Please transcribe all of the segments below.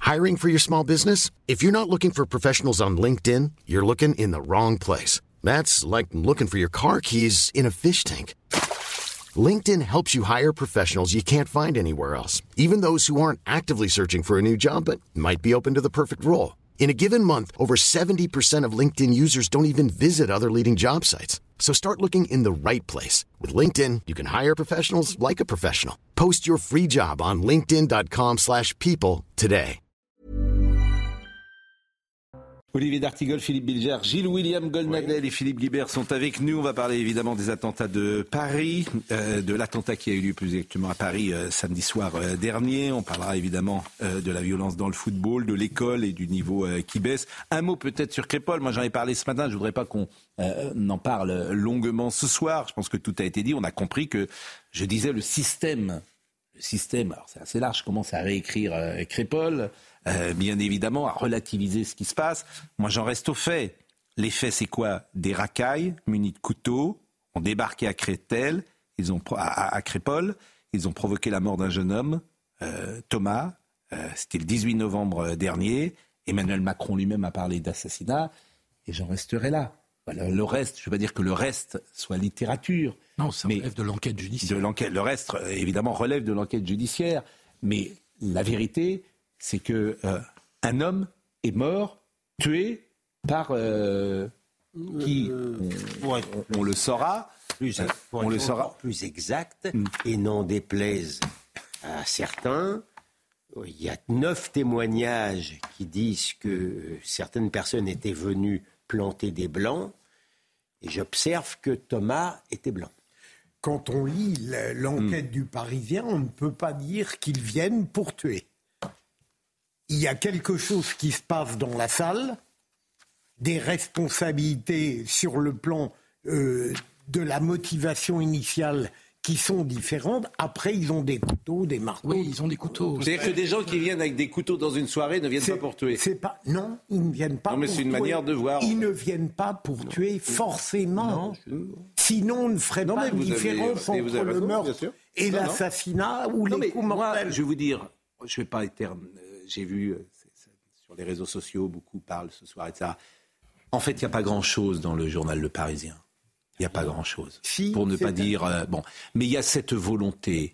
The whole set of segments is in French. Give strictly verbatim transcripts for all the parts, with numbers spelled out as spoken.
Hiring for your small business? If you're not looking for professionals on LinkedIn, you're looking in the wrong place. That's like looking for your car keys in a fish tank. LinkedIn helps you hire professionals you can't find anywhere else, even those who aren't actively searching for a new job but might be open to the perfect role. In a given month, over seventy percent of LinkedIn users don't even visit other leading job sites. So start looking in the right place. With LinkedIn, you can hire professionals like a professional. Post your free job on linkedin.com slash people today. Olivier D'Artigol, Philippe Bilger, Gilles William Goldnadel oui. et Philippe Guibert sont avec nous. On va parler évidemment des attentats de Paris, euh, de l'attentat qui a eu lieu plus exactement à Paris euh, samedi soir euh, dernier. On parlera évidemment euh, de la violence dans le football, de l'école et du niveau euh, qui baisse. Un mot peut-être sur Crépol. Moi j'en ai parlé ce matin, je ne voudrais pas qu'on euh, en parle longuement ce soir. Je pense que tout a été dit. On a compris que, je disais, le système, le système, alors c'est assez large, commence à réécrire euh, Crépol. Euh, bien évidemment, à relativiser ce qui se passe. Moi, j'en reste aux faits. Les faits, c'est quoi ? Des racailles munis de couteaux ont débarqué à Créteil, ils ont à, à Crépol, ils ont provoqué la mort d'un jeune homme, euh, Thomas. Euh, c'était le dix-huit novembre dernier. Emmanuel Macron lui-même a parlé d'assassinat, et j'en resterai là. Voilà, le reste, je ne veux pas dire que le reste soit littérature. Non, ça relève de l'enquête judiciaire. De l'enquête, le reste, évidemment, relève de l'enquête judiciaire. Mais la vérité, c'est que euh, un homme est mort, tué par euh, qui on, on, on le saura. Plus, pour on le saura plus exact mm. et n'en déplaise à certains. Il y a neuf témoignages qui disent que certaines personnes étaient venues planter des blancs, et j'observe que Thomas était blanc. Quand on lit l'enquête mm. du Parisien, on ne peut pas dire qu'ils viennent pour tuer. Il y a quelque chose qui se passe dans la salle, des responsabilités sur le plan euh, de la motivation initiale qui sont différentes. Après, ils ont des couteaux, des marteaux. Oui, ils ont des couteaux. C'est-à-dire que des gens qui viennent avec des couteaux dans une soirée ne viennent c'est, pas pour tuer. C'est pas, non, ils ne viennent pas non, mais pour c'est une tuer. manière de voir. Ils ne viennent pas pour non. tuer, forcément. Non, je... Sinon, on ne ferait non, pas de différence avez, entre le meurtre et non, l'assassinat non. ou non, les coups mortels. Moi, je vais vous dire, je ne vais pas être... J'ai vu... Sur les réseaux sociaux, beaucoup parlent ce soir, et cetera. En fait, il n'y a pas grand-chose dans le journal Le Parisien. Il n'y a pas grand-chose. Si, pour ne pas dire... Euh, bon, mais il y a cette volonté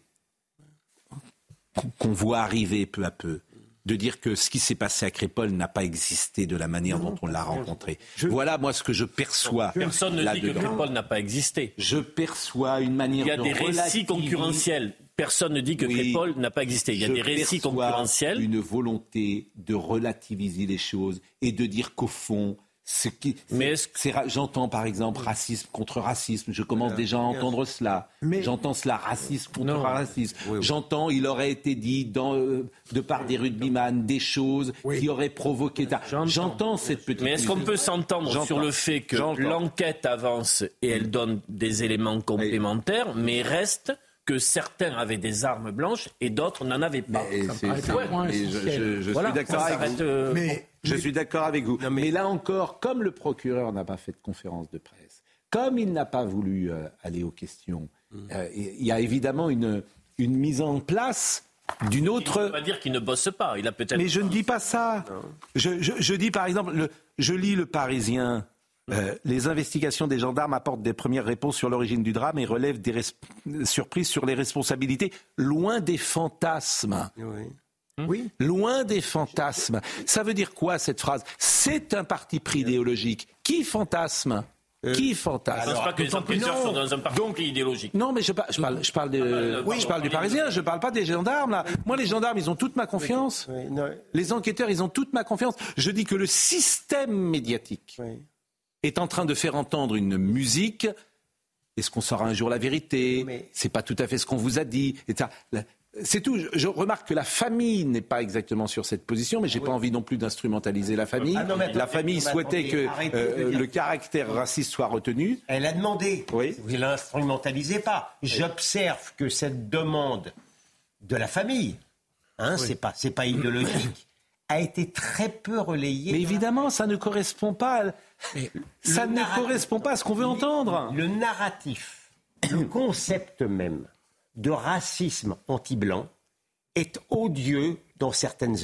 qu'on voit arriver peu à peu, de dire que ce qui s'est passé à Crépol n'a pas existé de la manière non, dont on l'a rencontré. Je, voilà, moi, ce que je perçois. Personne ne dit que Crépol n'a pas existé. Je perçois une manière de... Il y a des récits relativiser... concurrentiels. Personne ne dit que oui, Crépol n'a pas existé. Il y a des récits concurrentiels. Une volonté de relativiser les choses et de dire qu'au fond, ce qui, mais c'est, c'est, j'entends par exemple racisme contre racisme. Je commence euh, déjà à entendre cela. Mais, J'entends cela, racisme contre non. racisme. Oui, oui. J'entends, il aurait été dit dans, euh, de par des rugbyman des choses oui. qui auraient provoqué. J'entends, J'entends cette petite. Mais est-ce qu'on peut s'entendre J'entends. sur le fait que J'entends. l'enquête avance et elle donne des éléments complémentaires, oui. mais reste que certains avaient des armes blanches et d'autres n'en avaient pas. Mais ça c'est, c'est, ouais, je, je, je voilà, suis d'accord avec vous. Euh, mais, je mais, suis d'accord avec vous. Non, mais, mais là encore, comme le procureur n'a pas fait de conférence de presse, comme il n'a pas voulu euh, aller aux questions, il mmh. euh, y a évidemment une, une mise en place d'une autre... Il ne veut pas dire qu'il ne bosse pas. Il a peut-être... Mais je ne dis pas ça. Je, je, je dis par exemple, le, je lis Le Parisien... Euh, les investigations des gendarmes apportent des premières réponses sur l'origine du drame et relèvent des res- surprises sur les responsabilités, loin des fantasmes. Oui. Oui. Loin des fantasmes. Ça veut dire quoi cette phrase ? C'est un parti pris idéologique. Qui fantasme ? Euh, Qui fantasme ? Je ne pense pas que les enquêteurs sont dans un parti donc, pris idéologique. Non, mais je, je parle, je parle, de, oui, je parle du Parisien, je ne parle pas des gendarmes. Là. Moi, les gendarmes, ils ont toute ma confiance. Oui, non. Les enquêteurs, ils ont toute ma confiance. Je dis que le système médiatique... Oui. est en train de faire entendre une musique. Est-ce qu'on saura un jour la vérité ? Mais... C'est pas tout à fait ce qu'on vous a dit. Et ça, c'est tout. Je remarque que la famille n'est pas exactement sur cette position, mais j'ai oui. pas envie non plus d'instrumentaliser la famille. Ah non, attendez, la famille souhaitait que euh, le caractère raciste soit retenu. Elle a demandé. Oui. Vous ne l'instrumentalisez pas. Oui. J'observe que cette demande de la famille, hein, oui. c'est pas, c'est pas idéologique, a été très peu relayée. Mais évidemment, ça ne correspond pas. À... Mais ça ne narratif, correspond pas à ce qu'on veut entendre. Le narratif, le concept même de racisme anti-blanc est odieux dans certaines oreilles.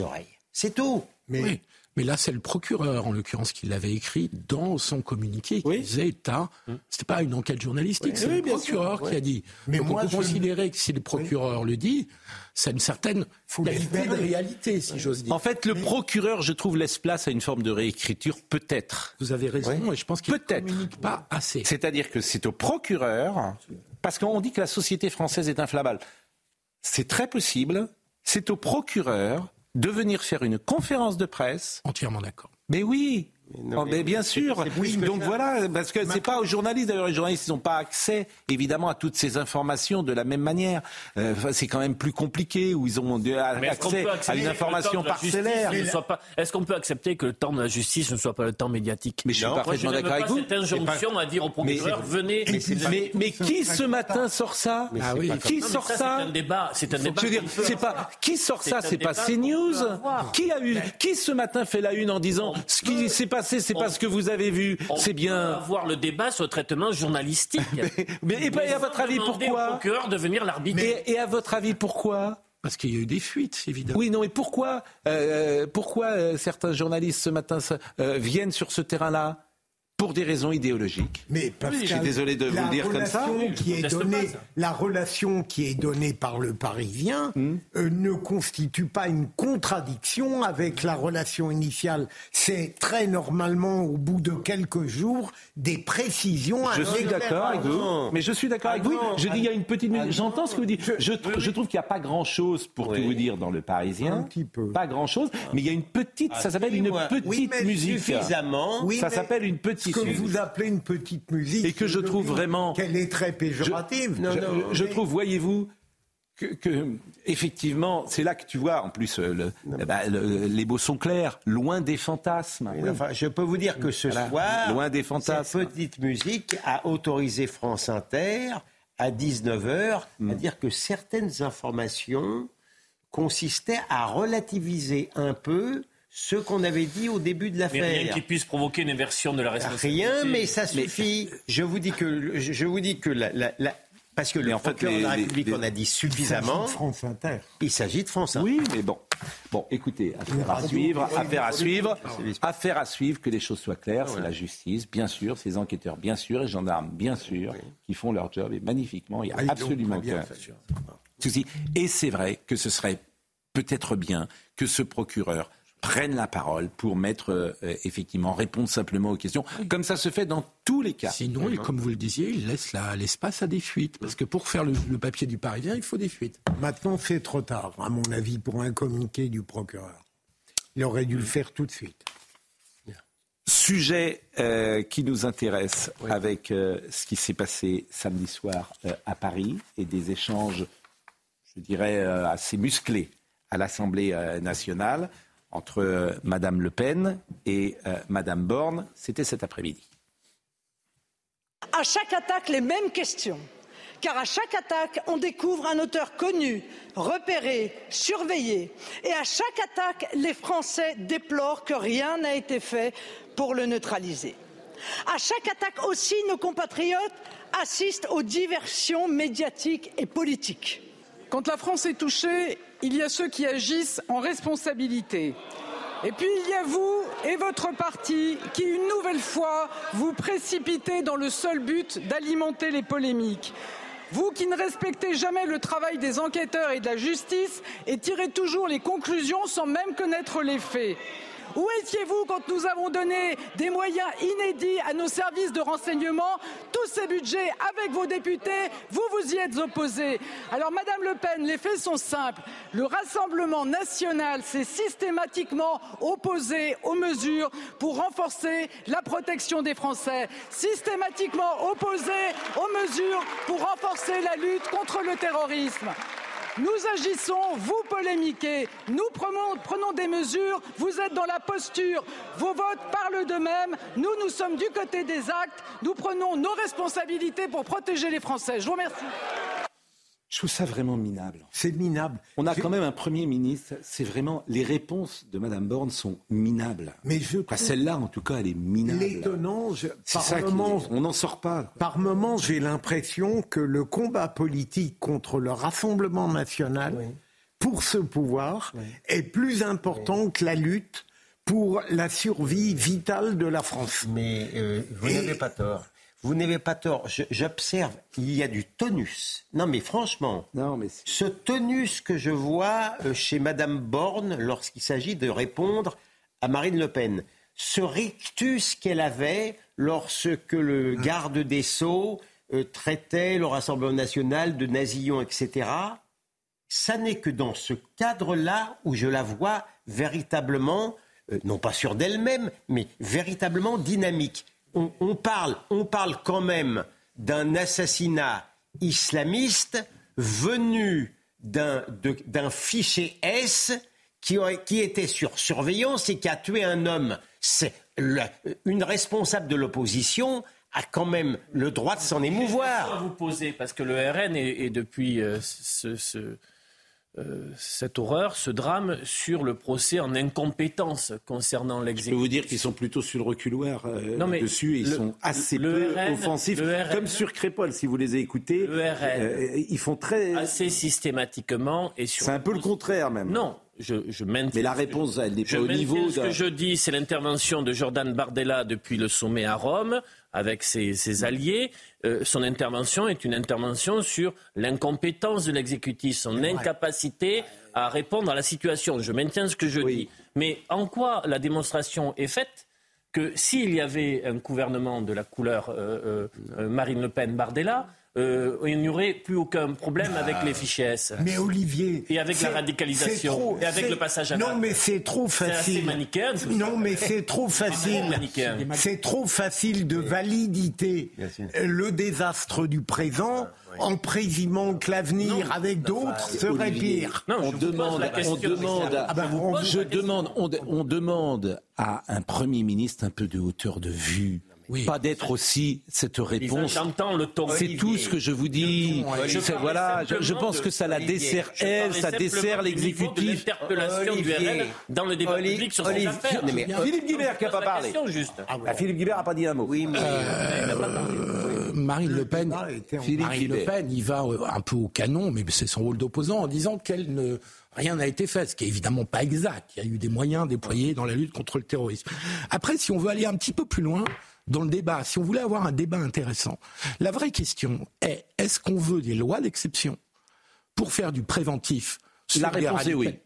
C'est tout. Mais... Oui. Mais là, c'est le procureur, en l'occurrence, qui l'avait écrit dans son communiqué, qui oui. disait, t'as... c'était pas une enquête journalistique, oui, c'est oui, le procureur sûr, qui oui. a dit. Mais donc moi, on peut je... considérer que si le procureur oui. le dit, c'est une certaine qualité de réalité, si oui. j'ose dire. En fait, le procureur, je trouve, laisse place à une forme de réécriture, peut-être. Vous avez raison, oui. et je pense qu'il ne communique pas assez. C'est-à-dire que c'est au procureur, parce qu'on dit que la société française est inflammable. C'est très possible, c'est au procureur de venir faire une conférence de presse. Entièrement d'accord. Mais oui, non, mais, mais bien sûr. Oui, donc voilà, parce que c'est pas aux journalistes. D'ailleurs, les journalistes n'ont pas accès, évidemment, à toutes ces informations de la même manière. Euh, c'est quand même plus compliqué, où ils ont accès à une information parcellaire. Pas... Est-ce qu'on peut accepter que le temps de la justice ne soit pas le temps médiatique ? Mais je suis non, parfaitement d'accord avec vous. Cette injonction pas... à dire au procureur, venez. Mais, mais, mais, mais qui ce matin sort ça ? Ah oui. Qui sort ça ? C'est un débat. C'est un débat. Je veux dire, c'est pas qui sort ça. C'est pas CNews. Qui a eu Qui ce matin fait la une en disant ce qui s'est passé? C'est pas on, ce que vous avez vu, c'est bien. On peut avoir le débat sur le traitement journalistique. mais, mais, et, mais et à votre avis, pourquoi au procureur de venir l'arbitre. Et, et à votre avis, pourquoi? Parce qu'il y a eu des fuites, évidemment. Oui, non, mais pourquoi, euh, pourquoi euh, certains journalistes ce matin euh, viennent sur ce terrain-là? Pour des raisons idéologiques. Mais parce oui, je suis désolé de vous le dire comme ça. Qui est donnée, la relation qui est donnée par le Parisien hum. euh, ne constitue pas une contradiction avec la relation initiale. C'est très normalement, au bout de quelques jours, des précisions. Je suis d'accord avec vous. Mais je suis d'accord avec vous. Je dis, il y a une petite. Ah, J'entends ce que vous dites. Je, je, je trouve qu'il n'y a pas grand-chose pour oui. tout vous dire dans le Parisien. Un petit peu. Pas grand-chose. Mais il y a une petite. Ça s'appelle une petite oui, musique. Suffisamment. Oui, ça s'appelle une petite. Ce que vous appelez une petite musique. Et que je trouve vraiment. Qu'elle est très péjorative. Je, non, je, non, je mais... trouve, voyez-vous, que, que, effectivement, c'est là que tu vois, en plus, le, bah, le, les mots sont clairs, loin des fantasmes. Oui, enfin, je peux vous dire que ce voilà, soir, loin des fantasmes. Cette petite musique a autorisé France Inter à dix-neuf heures mm. à dire que certaines informations consistaient à relativiser un peu ce qu'on avait dit au début de l'affaire. Mais rien qui puisse provoquer une inversion de la responsabilité. Rien, mais ça suffit. Mais... Je vous dis que, je vous dis que la, la, la... parce que mais le en procureur fait, les, de la République les, les... en a dit suffisamment. Il s'agit de France Inter. Il s'agit de France Inter. Oui, mais bon. Bon, écoutez, affaire à suivre, affaire à suivre, affaire à suivre, que les choses soient claires. C'est la justice, bien sûr, ces enquêteurs, bien sûr, et gendarmes, bien sûr, qui font leur job, et magnifiquement, il n'y a absolument aucun souci. Et c'est vrai que ce serait peut-être bien que ce procureur prennent la parole pour mettre, euh, effectivement, répondre simplement aux questions, comme ça se fait dans tous les cas. Sinon, mmh. comme vous le disiez, il laisse la, l'espace à des fuites, parce que pour faire le, le papier du Parisien, il faut des fuites. Maintenant, c'est trop tard, à mon avis, pour un communiqué du procureur. Il aurait dû mmh. le faire tout de suite. Sujet euh, qui nous intéresse oui. avec euh, ce qui s'est passé samedi soir euh, à Paris et des échanges, je dirais, euh, assez musclés à l'Assemblée euh, nationale entre euh, Madame Le Pen et euh, Madame Borne. C'était cet après-midi. À chaque attaque, les mêmes questions. Car à chaque attaque, on découvre un auteur connu, repéré, surveillé. Et à chaque attaque, les Français déplorent que rien n'a été fait pour le neutraliser. À chaque attaque aussi, nos compatriotes assistent aux diversions médiatiques et politiques. Quand la France est touchée, il y a ceux qui agissent en responsabilité. Et puis il y a vous et votre parti qui, une nouvelle fois, vous précipitez dans le seul but d'alimenter les polémiques. Vous qui ne respectez jamais le travail des enquêteurs et de la justice et tirez toujours les conclusions sans même connaître les faits. Où étiez-vous quand nous avons donné des moyens inédits à nos services de renseignement? Tous ces budgets, avec vos députés, vous vous y êtes opposés. Alors, Madame Le Pen, les faits sont simples. Le Rassemblement national s'est systématiquement opposé aux mesures pour renforcer la protection des Français. Systématiquement opposé aux mesures pour renforcer la lutte contre le terrorisme. Nous agissons, vous polémiquez, nous prenons, prenons des mesures, vous êtes dans la posture, vos votes parlent d'eux-mêmes, nous, nous sommes du côté des actes, nous prenons nos responsabilités pour protéger les Français. Je vous remercie. Je trouve ça vraiment minable. C'est minable. On a quand même un Premier ministre, c'est vraiment... Les réponses de Mme Borne sont minables. Mais je enfin, celle-là, en tout cas, elle est minable. L'étonnant, je... par ça moment, on n'en sort pas. Par moments, j'ai l'impression que le combat politique contre le Rassemblement national, oui. pour ce pouvoir oui. est plus important oui. que la lutte pour la survie vitale de la France. Mais euh, vous Et... n'avez pas tort. Vous n'avez pas tort. Je, j'observe, il y a du tonus. Non, mais franchement, non, mais ce tonus que je vois chez Madame Borne lorsqu'il s'agit de répondre à Marine Le Pen, ce rictus qu'elle avait lorsque le garde des Sceaux euh, traitait le Rassemblement national de nasillon, et cetera, ça n'est que dans ce cadre-là où je la vois véritablement, euh, non pas sûre d'elle-même, mais véritablement dynamique. On, on, parle, on parle quand même d'un assassinat islamiste venu d'un, de, d'un fichier S qui, qui était sur surveillance et qui a tué un homme. C'est le, une responsable de l'opposition a quand même le droit de s'en émouvoir. Je vais vous poser, parce que le R N est, est depuis euh, ce... ce... Euh, cette horreur, ce drame sur le procès en incompétence concernant l'exécutif. Je peux vous dire qu'ils sont plutôt sur le reculoir euh, non, mais dessus et ils le, sont assez peu R N, offensifs, R N, comme sur Crépol, si vous les avez écoutés. Le R N, euh, ils font très... assez systématiquement. Et sur c'est un peu le contraire même. Non, je, je maintiens... Mais la réponse, elle n'est pas au niveau... Ce que je dis, c'est l'intervention de Jordan Bardella depuis le sommet à Rome, avec ses, ses alliés. Euh, son intervention est une intervention sur l'incompétence de l'exécutif, son incapacité à répondre à la situation. Je maintiens ce que je oui. dis. Mais en quoi la démonstration est faite que s'il y avait un gouvernement de la couleur euh, euh, Marine Le Pen-Bardella, Euh, il n'y aurait plus aucun problème avec les fichiers S. Mais Olivier... Et avec la radicalisation, trop, et avec le passage à l'acte. Non, mais c'est trop facile. C'est assez manichéen. Non, mais c'est trop facile. C'est trop facile de validité le désastre du présent en présumant que l'avenir non, avec d'autres enfin, serait Olivier, pire. Non, on demande, on demande, à, ah ben, on, je demande, on, on demande à un Premier ministre un peu de hauteur de vue. Oui. Pas d'être aussi cette réponse. J'entends le ton. C'est tout ce que je vous dis. Je je, voilà, je, je pense que ça la dessert elle, ça dessert l'exécutif. L'interpellation du R N dans le débat Olivier, public sur cette affaire. Mais Philippe Guibert qui n'a pas parlé. Ah, ouais. Philippe Guibert n'a pas dit un mot. Oui, mais euh, Marine Le Pen, Marine Le Pen, il va un peu au canon, mais c'est son rôle d'opposant en disant qu'elle ne rien n'a été fait, ce qui est évidemment pas exact. Il y a eu des moyens déployés dans la lutte contre le terrorisme. Après, si on veut aller un petit peu plus loin dans le débat, si on voulait avoir un débat intéressant, la vraie question est, est-ce qu'on veut des lois d'exception pour faire du préventif sur la réponse est oui.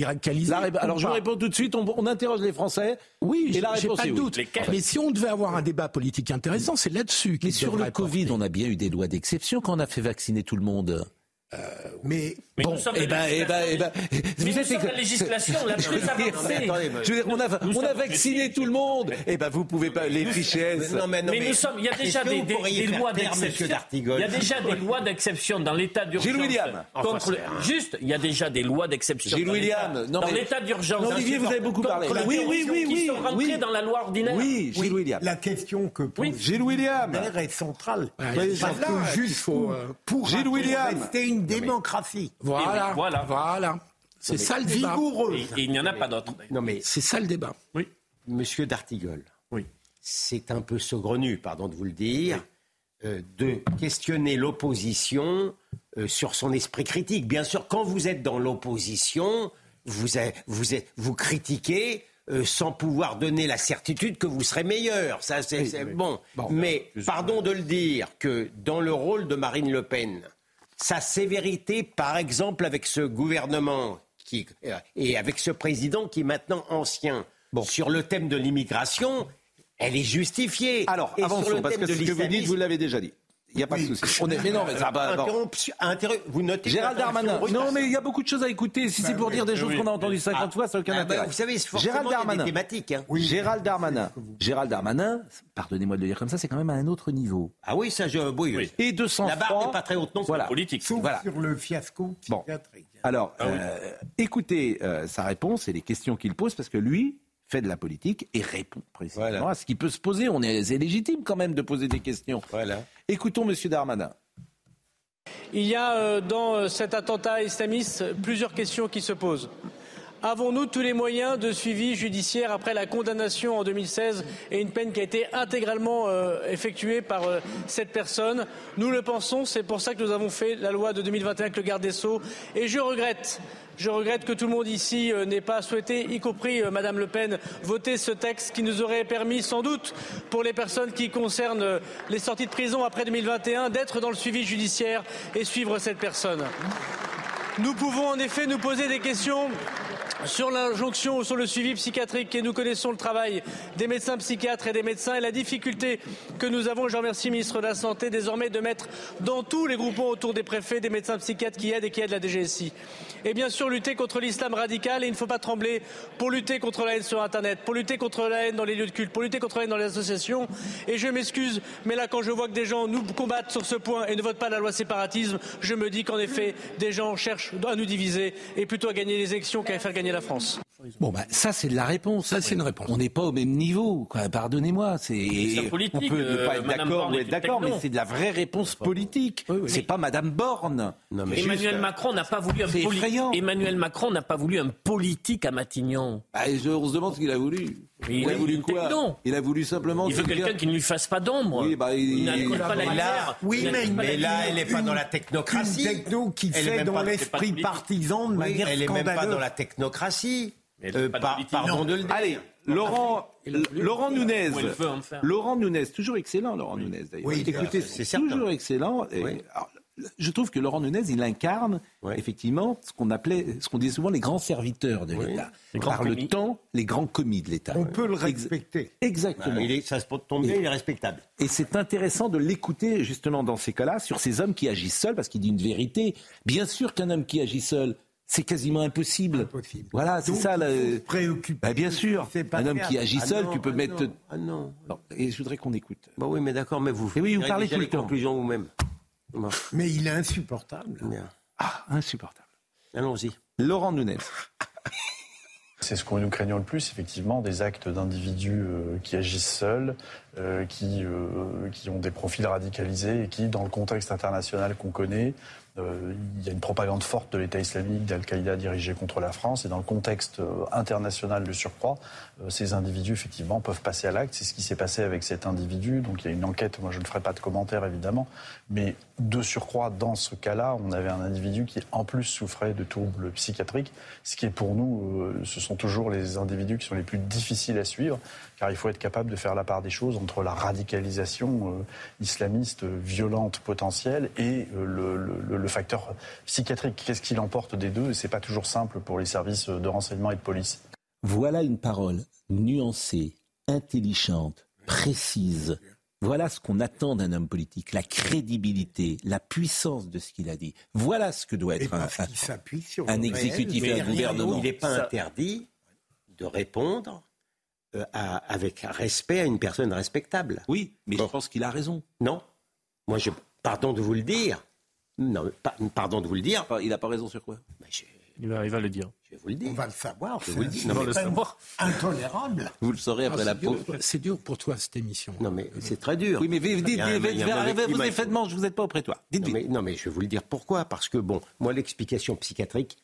La ré... Alors je vous réponds tout de suite, on, on interroge les Français. Oui, et la j'ai réponse pas de oui. doute. Mais si on devait avoir un débat politique intéressant, c'est là-dessus. Mais sur le Covid, porter. On a bien eu des lois d'exception quand on a fait vacciner tout le monde. Euh, mais, mais bon, eh ben, eh ben, eh ben, vous nous êtes sommes la législation la plus avancée. Je veux dire, on a, on a vacciné tout le monde. Eh ben, vous pouvez pas les fichiers S. Non, mais, non, mais, mais nous sommes, il y a déjà des, des, des lois d'exception. Il y a déjà des lois d'exception dans l'état d'urgence. Gilles William. Contre le, juste, il y a des déjà des lois d'exception. Gilles William. Non, dans l'état d'urgence. Olivier, vous avez beaucoup parlé. Oui, oui, oui, oui. Qui sont rentrés dans la loi ordinaire. Oui, Gilles William. La question que pose Gilles William est centrale. Parce que juste pour Gilles William, rester une démocratie. Voilà, voilà, voilà. C'est ça le débat. Et, et il n'y en a pas d'autre. Non, mais c'est ça le débat. Oui. Monsieur d'Artigol. Oui. C'est un peu saugrenu, pardon de vous le dire, oui. euh, de questionner l'opposition euh, sur son esprit critique. Bien sûr, quand vous êtes dans l'opposition, vous, êtes, vous, êtes, vous critiquez euh, sans pouvoir donner la certitude que vous serez meilleur. Ça, c'est, oui, c'est oui. Bon. bon. Mais pardon de le dire que dans le rôle de Marine Le Pen, sa sévérité, par exemple, avec ce gouvernement qui, et avec ce président qui est maintenant ancien, bon. Sur le thème de l'immigration, elle est justifiée. Alors, et avançons, sur le parce thème que ce que vous dites, vous l'avez déjà dit. Il n'y a pas oui. de souci. On est... Mais non, mais ça va. Interrompu... Vous notez. Gérald Darmanin. Non, mais il y a beaucoup de choses à écouter. Si bah, c'est pour oui, dire des oui, choses oui. qu'on a entendues cinquante ah, fois, ça n'a aucun ah, intérêt. Bah, vous savez, c'est forcément Gérald Darmanin. Des thématiques. Hein. Oui. Gérald Darmanin. Gérald Darmanin, pardonnez-moi de le dire comme ça, c'est quand même à un autre niveau. Ah oui, ça, je. Oui, oui. Et de sang-froid. La barre n'est pas très haute non plus. Voilà. Politique. Sauf voilà. sur le fiasco psychiatrique. Bon. Alors, ah, euh, oui. écoutez euh, sa réponse et les questions qu'il pose, parce que lui fait de la politique et répond précisément voilà. à ce qui peut se poser. On est, c'est légitime quand même de poser des questions. Voilà. Écoutons Monsieur Darmanin. Il y a euh, dans euh, cet attentat islamiste plusieurs questions qui se posent. Avons-nous tous les moyens de suivi judiciaire après la condamnation en deux mille seize et une peine qui a été intégralement euh, effectuée par euh, cette personne? Nous le pensons, c'est pour ça que nous avons fait la loi de deux mille vingt et un avec le garde des Sceaux. Et je regrette, je regrette que tout le monde ici euh, n'ait pas souhaité, y compris euh, Madame Le Pen, voter ce texte qui nous aurait permis sans doute, pour les personnes qui concernent euh, les sorties de prison après deux mille vingt et un, d'être dans le suivi judiciaire et suivre cette personne. Nous pouvons en effet nous poser des questions sur l'injonction ou sur le suivi psychiatrique, et nous connaissons le travail des médecins psychiatres et des médecins et la difficulté que nous avons, je remercie le ministre de la Santé, désormais de mettre dans tous les groupements autour des préfets des médecins psychiatres qui aident et qui aident la D G S I. Et bien sûr lutter contre l'islam radical, et il ne faut pas trembler pour lutter contre la haine sur Internet, pour lutter contre la haine dans les lieux de culte, pour lutter contre la haine dans les associations. Et je m'excuse, mais là quand je vois que des gens nous combattent sur ce point et ne votent pas la loi séparatisme, je me dis qu'en effet des gens cherchent à nous diviser et plutôt à gagner les élections qu'à faire gagner la France. Bon, bah, ça, c'est de la réponse. Ça, c'est une réponse. On n'est pas au même niveau, quoi. Pardonnez-moi. C'est, c'est politique, on peut ne pas euh, être d'accord ou être d'accord, mais c'est de la vraie réponse politique. Oui, oui. C'est pas Madame Borne. Non, mais Emmanuel juste, Macron n'a pas voulu un politique. Emmanuel Macron n'a pas voulu un politique à Matignon. Bah, je, on se demande ce qu'il a voulu. Il, il a voulu quoi? Non. Il a voulu simplement. Il veut quelqu'un qui ne lui fasse pas d'ombre. Oui, bah, il, il, il, il pas la là, oui, mais, mais là, elle n'est pas dans la technocratie. Une techno qui elle fait dans l'esprit partisan de oui, manière elle n'est même pas dans la technocratie. Euh, par, pardon de le dire. Allez, Laurent, Laurent Nunez. Laurent Nunez, toujours excellent, Laurent Nunez d'ailleurs. Oui, écoutez, c'est certain. Toujours excellent. Et, oui. alors, je trouve que Laurent Nunez, il incarne oui. effectivement ce qu'on appelait, ce qu'on disait souvent les grands serviteurs de oui. l'État. Par commis. Le temps, les grands commis de l'État. On peut le respecter. Exactement. Ben, il est, ça se tombe bien, il est respectable. Et c'est intéressant de l'écouter justement dans ces cas-là, sur ces hommes qui agissent seuls, parce qu'il dit une vérité. Bien sûr qu'un homme qui agit seul, c'est quasiment impossible. Impossible. Voilà, c'est donc, ça. Le... Préoccupé. Bah, bien sûr. Un homme qui agit ah seul, non, tu peux ah mettre. Non, ah non. non. Et je voudrais qu'on écoute. Bah oui, mais d'accord, mais vous. Et oui, vous parlez tout le temps. Conclusions vous-même. Bon. Mais il est insupportable. Bien. Ah, insupportable. Allons-y. Laurent Nunez. C'est ce que nous craignons le plus, effectivement, des actes d'individus euh, qui agissent seuls, euh, qui, euh, qui ont des profils radicalisés et qui, dans le contexte international qu'on connaît, euh, il y a une propagande forte de l'État islamique, d'Al-Qaïda dirigée contre la France. Et dans le contexte euh, international de surcroît, euh, ces individus, effectivement, peuvent passer à l'acte. C'est ce qui s'est passé avec cet individu. Donc il y a une enquête, moi je ne ferai pas de commentaire, évidemment. Mais de surcroît, dans ce cas-là, on avait un individu qui, en plus, souffrait de troubles psychiatriques. Ce qui est pour nous, euh, ce sont toujours les individus qui sont les plus difficiles à suivre, car il faut être capable de faire la part des choses entre la radicalisation euh, islamiste euh, violente potentielle et euh, le, le, le facteur psychiatrique. Qu'est-ce qu'il emporte des deux? Et c'est pas toujours simple pour les services de renseignement et de police. Voilà une parole nuancée, intelligente, précise. Voilà ce qu'on attend d'un homme politique, la crédibilité, la puissance de ce qu'il a dit. Voilà ce que doit être un, un, un exécutif et un gouvernement. Il n'est pas interdit de répondre euh, à, avec respect à une personne respectable. Oui, mais bon. Je pense qu'il a raison. Non. Moi, je, pardon de vous le dire. Non, pa, pardon de vous le dire. Il n'a pas raison sur quoi? Ben, je, il, va, il va le dire. Je vais vous le dire. On va le savoir. Je vais vous le dire. C'est non, le savoir. Intolérable. Vous le saurez après ah, la pause. C'est dur pour toi, cette émission. Non, mais c'est très dur. Oui, mais dites, dites, vos effets de manche, vous n'êtes pas au prétoire. Non mais, non, mais je vais vous le dire pourquoi. Parce que, bon, moi, l'explication psychiatrique,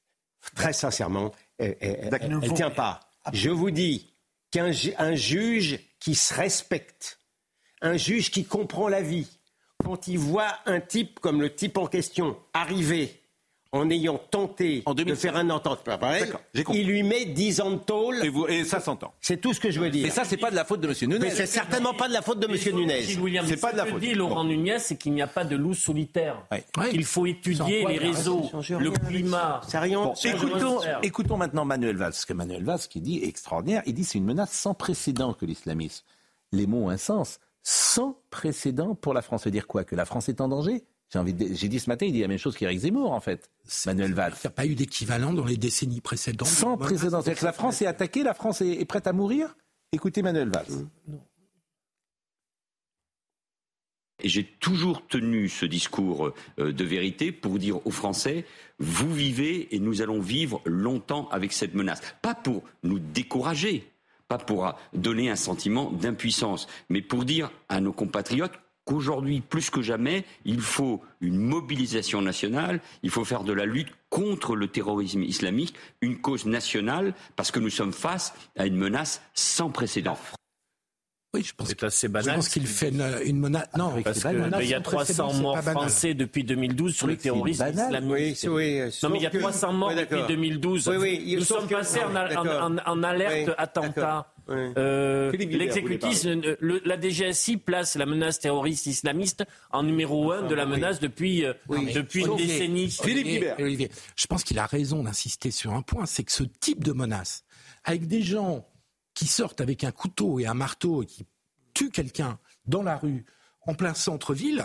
très sincèrement, elle ne tient pas. Je vous dis qu'un un juge qui se respecte, un juge qui comprend la vie, quand il voit un type comme le type en question arriver en ayant tenté en de faire un entente pareil, il lui met dix ans de tôle. Et, vous, et ça s'entend. C'est tout ce que je veux dire. Et ça, c'est pas de la faute de M. Nunez. Mais c'est certainement pas de la faute de M. Nunez. C'est pas de la faute. Ce que dit Laurent Nunez, c'est qu'il n'y a pas de loup solitaire. Ouais. Il faut étudier les réseaux, le climat. C'est rien. Bon, écoutons, écoutons maintenant Manuel Valls. Parce que Manuel Valls, qui dit extraordinaire, il dit c'est une menace sans précédent que l'islamisme. Les mots ont un sens. Sans précédent pour la France. Ça veut dire quoi? Que la France est en danger? J'ai, envie de... J'ai dit ce matin, il dit la même chose qu'Éric Zemmour, en fait, c'est, Manuel Valls. Il n'y a pas eu d'équivalent dans les décennies précédentes. Sans précédent. C'est-à-dire que la France est attaquée, la France est, est prête à mourir? Écoutez Manuel Valls. Non. Et j'ai toujours tenu ce discours de vérité pour dire aux Français, vous vivez et nous allons vivre longtemps avec cette menace. Pas pour nous décourager, pas pour donner un sentiment d'impuissance, mais pour dire à nos compatriotes qu'aujourd'hui, plus que jamais, il faut une mobilisation nationale, il faut faire de la lutte contre le terrorisme islamique une cause nationale, parce que nous sommes face à une menace sans précédent. Oui, je pense, c'est assez banal. Je pense qu'il fait une, une menace. Non, parce qu'il y a trois cents morts français depuis deux mille douze sur oui, le terrorisme islamique. Oui, oui, non, mais il y a trois cents morts oui, depuis deux mille douze. Oui, oui, nous sommes passés en, en, en, en alerte oui, attentat. Oui. Euh, l'exécutif, le, la D G S I place la menace terroriste islamiste en numéro un de la menace oui. depuis, oui, depuis une Olivier, décennie. Philippe Guibert. Olivier, je pense qu'il a raison d'insister sur un point, c'est que ce type de menace, avec des gens qui sortent avec un couteau et un marteau et qui tuent quelqu'un dans la rue, en plein centre-ville,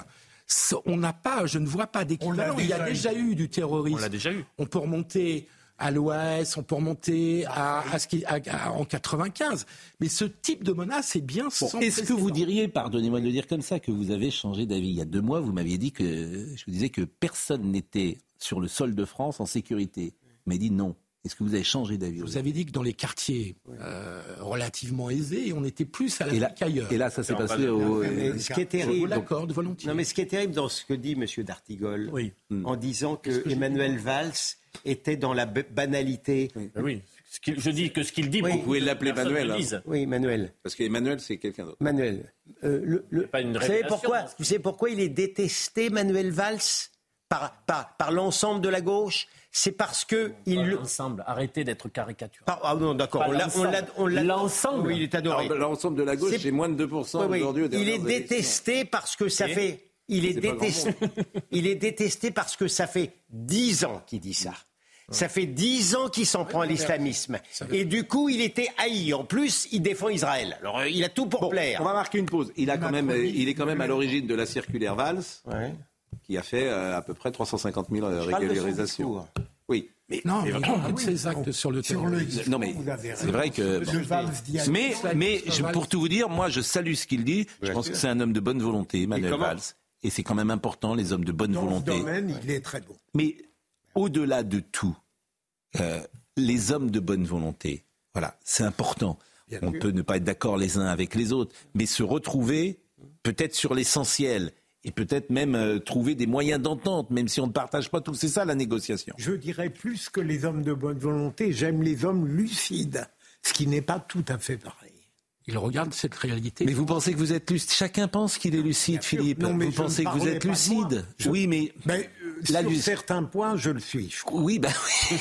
on n'a pas, je ne vois pas d'équivalent. Il y a déjà eu du terrorisme. On l'a déjà eu. On peut remonter à l'O A S, on peut remonter à, à ce qui, à, à, en quatre-vingt-quinze. Mais ce type de menace est bien bon, sans Est-ce précédent. Que vous diriez, pardonnez-moi de le dire comme ça, que vous avez changé d'avis? Il y a deux mois, vous m'aviez dit que, je vous disais que personne n'était sur le sol de France en sécurité. Vous m'avez dit non. Est-ce que vous avez changé d'avis? Vous avez dit que dans les quartiers euh, relativement aisés, on était plus à la qu'ailleurs. Et là, ça s'est passé au... Mais ce qui est terrible... D'accord, volontiers. Non, mais ce qui est terrible dans ce que dit M. d'Artigol, oui. en disant que, que Emmanuel Valls était dans la banalité... Oui, oui. Ce qu'il, je dis que ce qu'il dit... Oui. Vous pouvez l'appeler Manuel. Hein. Oui, Manuel. Parce qu'Emmanuel, c'est quelqu'un d'autre. Manuel. Euh, le, le, pas une vous, savez pourquoi, vous savez pourquoi il est détesté, Manuel Valls, par, par, par l'ensemble de la gauche? C'est parce que il le l'ensemble. Arrêtez d'être caricaturé. Ah non, d'accord. On l'a, on l'a, on l'a. L'ensemble. Oui, il est adoré. Alors, l'ensemble de la gauche, c'est, c'est moins de deux pour cent oui, oui. aujourd'hui. Il est détesté élections. Parce que ça Et fait. Il est, est détesté. Il est détesté parce que ça fait dix ans qu'il dit ça. Ouais. Ça fait dix ans qu'il s'en prend à l'islamisme. Et du coup, il était haï. En plus, il défend Israël. Alors, il a tout pour bon, plaire. On va marquer une pause. Il a quand même, il est quand même à l'origine de la circulaire Valls. Ouais. Qui a fait euh, à peu près trois cent cinquante mille euh, régularisations. Oui. Mais non, mais non, ah, oui, ces actes sur le terrain. Non, mais c'est vrai que. Bon, mais, mais je, pour tout vous dire, moi, je salue ce qu'il dit. Je pense que c'est un homme de bonne volonté, Emmanuel Valls. Et c'est quand même important, les hommes de bonne Dans volonté. Dans ce domaine, il est très bon. Mais au-delà de tout, euh, les hommes de bonne volonté, voilà, c'est important. Bien On sûr. peut ne pas être d'accord les uns avec les autres, mais se retrouver peut-être sur l'essentiel. Et peut-être même euh, trouver des moyens d'entente, même si on ne partage pas tout. C'est ça la négociation. Je dirais plus que les hommes de bonne volonté, j'aime les hommes lucides, ce qui n'est pas tout à fait pareil. Il regarde cette réalité. Mais vous pensez que vous êtes lucide? Chacun pense qu'il est lucide, Philippe. Non, vous pensez que vous êtes lucide? Je... Oui, mais... mais euh, sur luc... certains points, je le suis, je crois. Oui, ben oui.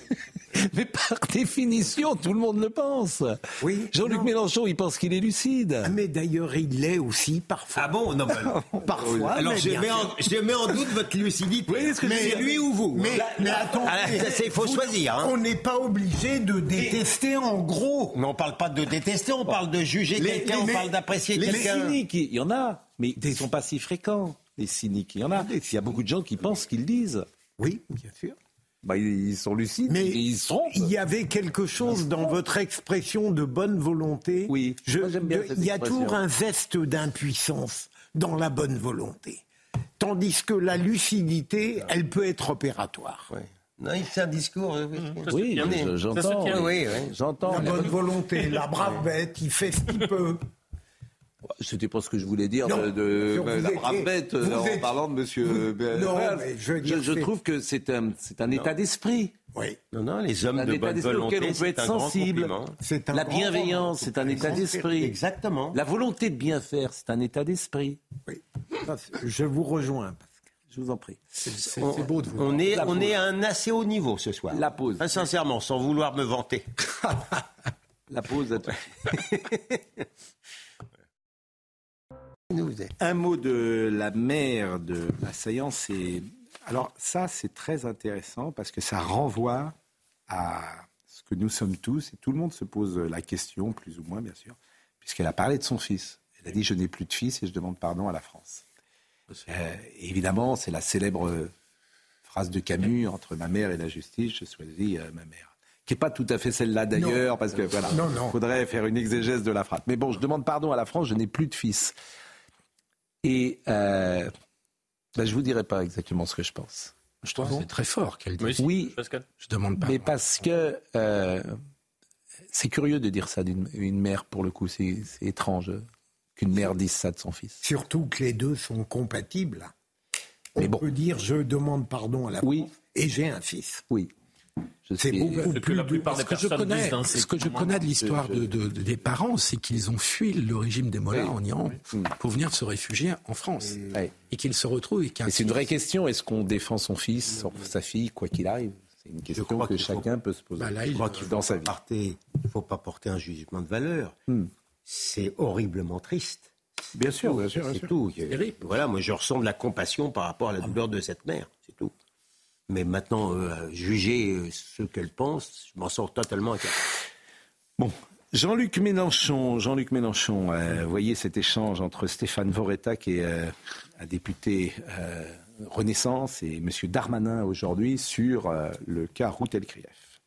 Mais par définition, tout le monde le pense. Oui, Jean-Luc non. Mélenchon, il pense qu'il est lucide. Ah, mais d'ailleurs, il l'est aussi parfois. Ah bon? Non, mais... Parfois. Alors, je mets, en, je mets en doute votre lucidité. Oui, mais c'est lui ou vous? Mais, là, mais attends, il faut vous, choisir. Hein. On n'est pas obligé de détester en gros. Mais on ne parle pas de détester, on parle de juger les, quelqu'un, les, on parle d'apprécier les quelqu'un. Les cyniques, il y en a, mais ils ne sont pas si fréquents. Les cyniques, il y en a. Il y a beaucoup de gens qui pensent qu'ils disent. Oui, bien sûr. Bah, ils sont lucides, mais ils se trompent. Il y avait quelque chose dans votre expression de bonne volonté. Oui, je, moi, j'aime bien de, cette il y a expression. toujours un zeste d'impuissance dans la bonne volonté. Tandis que la lucidité, elle peut être opératoire. Oui. Non, il fait un discours. Oui, oui je, j'entends. Oui, oui, oui. J'entends. La bonne volonté, la brave bête, il fait ce qu'il peut. C'était pas ce que je voulais dire non, de, de bah, la brave bête en étiez... parlant de Monsieur. Non, mais je, je, je trouve que c'est un, c'est un non. état d'esprit. Oui. Non, non, les hommes de bonne volonté, on peut être sensible. C'est un la bienveillance, c'est un état d'esprit. Exactement. La volonté de bien faire, c'est un état d'esprit. Oui. Je vous rejoins. Je vous en prie. C'est, c'est, c'est beau de vous. On est, on est à un assez haut niveau ce soir. La pause. Très sincèrement, sans vouloir me vanter. La pause. À tout. Un mot de la mère de l'assaillant, c'est... Alors ça, c'est très intéressant parce que ça renvoie à ce que nous sommes tous, et tout le monde se pose la question, plus ou moins bien sûr, puisqu'elle a parlé de son fils. Elle a dit « je n'ai plus de fils et je demande pardon à la France ». Euh, évidemment, c'est la célèbre phrase de Camus, entre ma mère et la justice, je choisis euh, ma mère. Qui n'est pas tout à fait celle-là d'ailleurs, non. parce que voilà, il faudrait faire une exégèse de la phrase. Mais bon, je demande pardon à la France, je n'ai plus de fils. Et euh, ben je ne vous dirai pas exactement ce que je pense. Je trouve que c'est très fort qu'elle dise. Oui, Pascal. Je demande pas. Mais parce que euh, c'est curieux de dire ça d'une une mère, pour le coup, c'est, c'est étrange qu'une mère dise ça de son fils. Surtout que les deux sont compatibles. On Mais bon. peut dire je demande pardon à la Oui. France et j'ai un fils. Oui. Je C'est sais. beaucoup que plus la plupart Ce des que je personnes connais, disent dans ces ce que je moments. connais de l'histoire de, de- de- des parents, c'est qu'ils ont fui le régime des Mollahs Oui. en Iran Oui. pour venir se réfugier en France. Ouais. Et qu'ils se retrouvent. Et, qu'un Et c'est une fils- vraie question. Est-ce qu'on défend son fils, son- sa fille, quoi qu'il arrive? C'est une question crois que qu'il faut- chacun peut se poser. Bah là, Je il- crois qu'il dans faut sa pas vie. porter- il ne faut pas porter un jugement de valeur. Hmm. C'est horriblement triste. Bien sûr, bien sûr, bien C'est sûr. tout. terrible. Voilà, moi je ressens de la compassion par rapport à la douleur de cette mère, c'est tout. Mais maintenant, euh, juger euh, ce qu'elle pense, je m'en sors totalement écarté. Bon, Jean-Luc Mélenchon, Jean-Luc Mélenchon, euh, voyez cet échange entre Stéphane Voreta, qui est euh, un député euh, Renaissance, et M. Darmanin aujourd'hui sur euh, le cas Routel-Krief.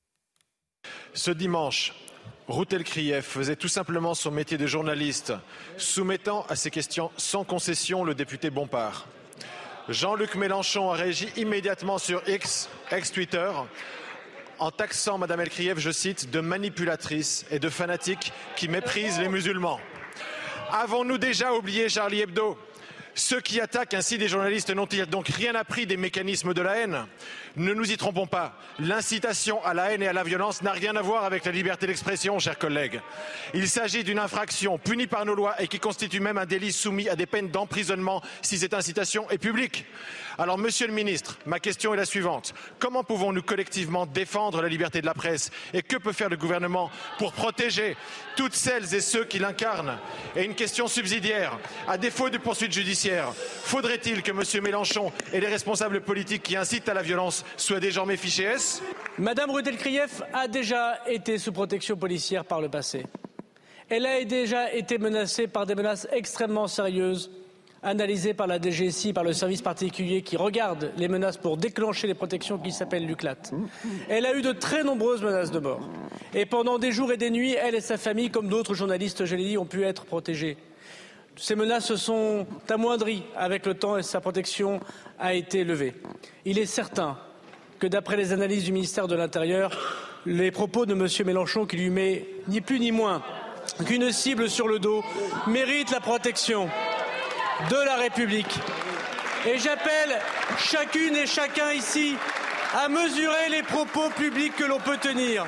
Ce dimanche, Routel-Krief faisait tout simplement son métier de journaliste, soumettant à ces questions sans concession le député Bompard. Jean-Luc Mélenchon a réagi immédiatement sur X, ex-Twitter, en taxant Mme El-Krief, je cite, de manipulatrice et de fanatique qui méprise les musulmans. Avons-nous déjà oublié Charlie Hebdo ? Ceux qui attaquent ainsi des journalistes n'ont-ils donc rien appris des mécanismes de la haine ? Ne nous y trompons pas, l'incitation à la haine et à la violence n'a rien à voir avec la liberté d'expression, chers collègues. Il s'agit d'une infraction punie par nos lois et qui constitue même un délit soumis à des peines d'emprisonnement si cette incitation est publique. Alors, monsieur le ministre, ma question est la suivante. Comment pouvons-nous collectivement défendre la liberté de la presse et que peut faire le gouvernement pour protéger toutes celles et ceux qui l'incarnent ? Et une question subsidiaire. À défaut de poursuites judiciaires, faudrait-il que monsieur Mélenchon et les responsables politiques qui incitent à la violence soient désormais fichés S ? Madame Routel-Krief a déjà été sous protection policière par le passé. Elle a déjà été menacée par des menaces extrêmement sérieuses, analysées par la D G S I, par le service particulier qui regarde les menaces pour déclencher les protections qui s'appellent l'U C L A T. Elle a eu de très nombreuses menaces de mort. Et pendant des jours et des nuits, elle et sa famille, comme d'autres journalistes, je l'ai dit, ont pu être protégés. Ces menaces se sont amoindries avec le temps et sa protection a été levée. Il est certain que d'après les analyses du ministère de l'Intérieur, les propos de M. Mélenchon, qui lui met ni plus ni moins qu'une cible sur le dos, méritent la protection de la République. Et j'appelle chacune et chacun ici à mesurer les propos publics que l'on peut tenir.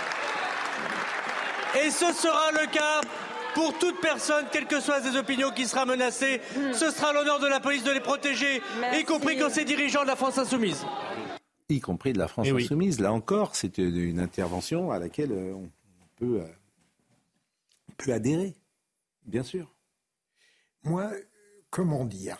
Et ce sera le cas pour toute personne, quelles que soient ses opinions, qui sera menacée. Ce sera l'honneur de la police de les protéger, Merci. y compris quand c'est dirigeants de la France insoumise. Y compris de la France Eh oui. insoumise. Là encore, c'est une intervention à laquelle euh, on peut, euh, on peut adhérer, bien sûr. Moi, comment dire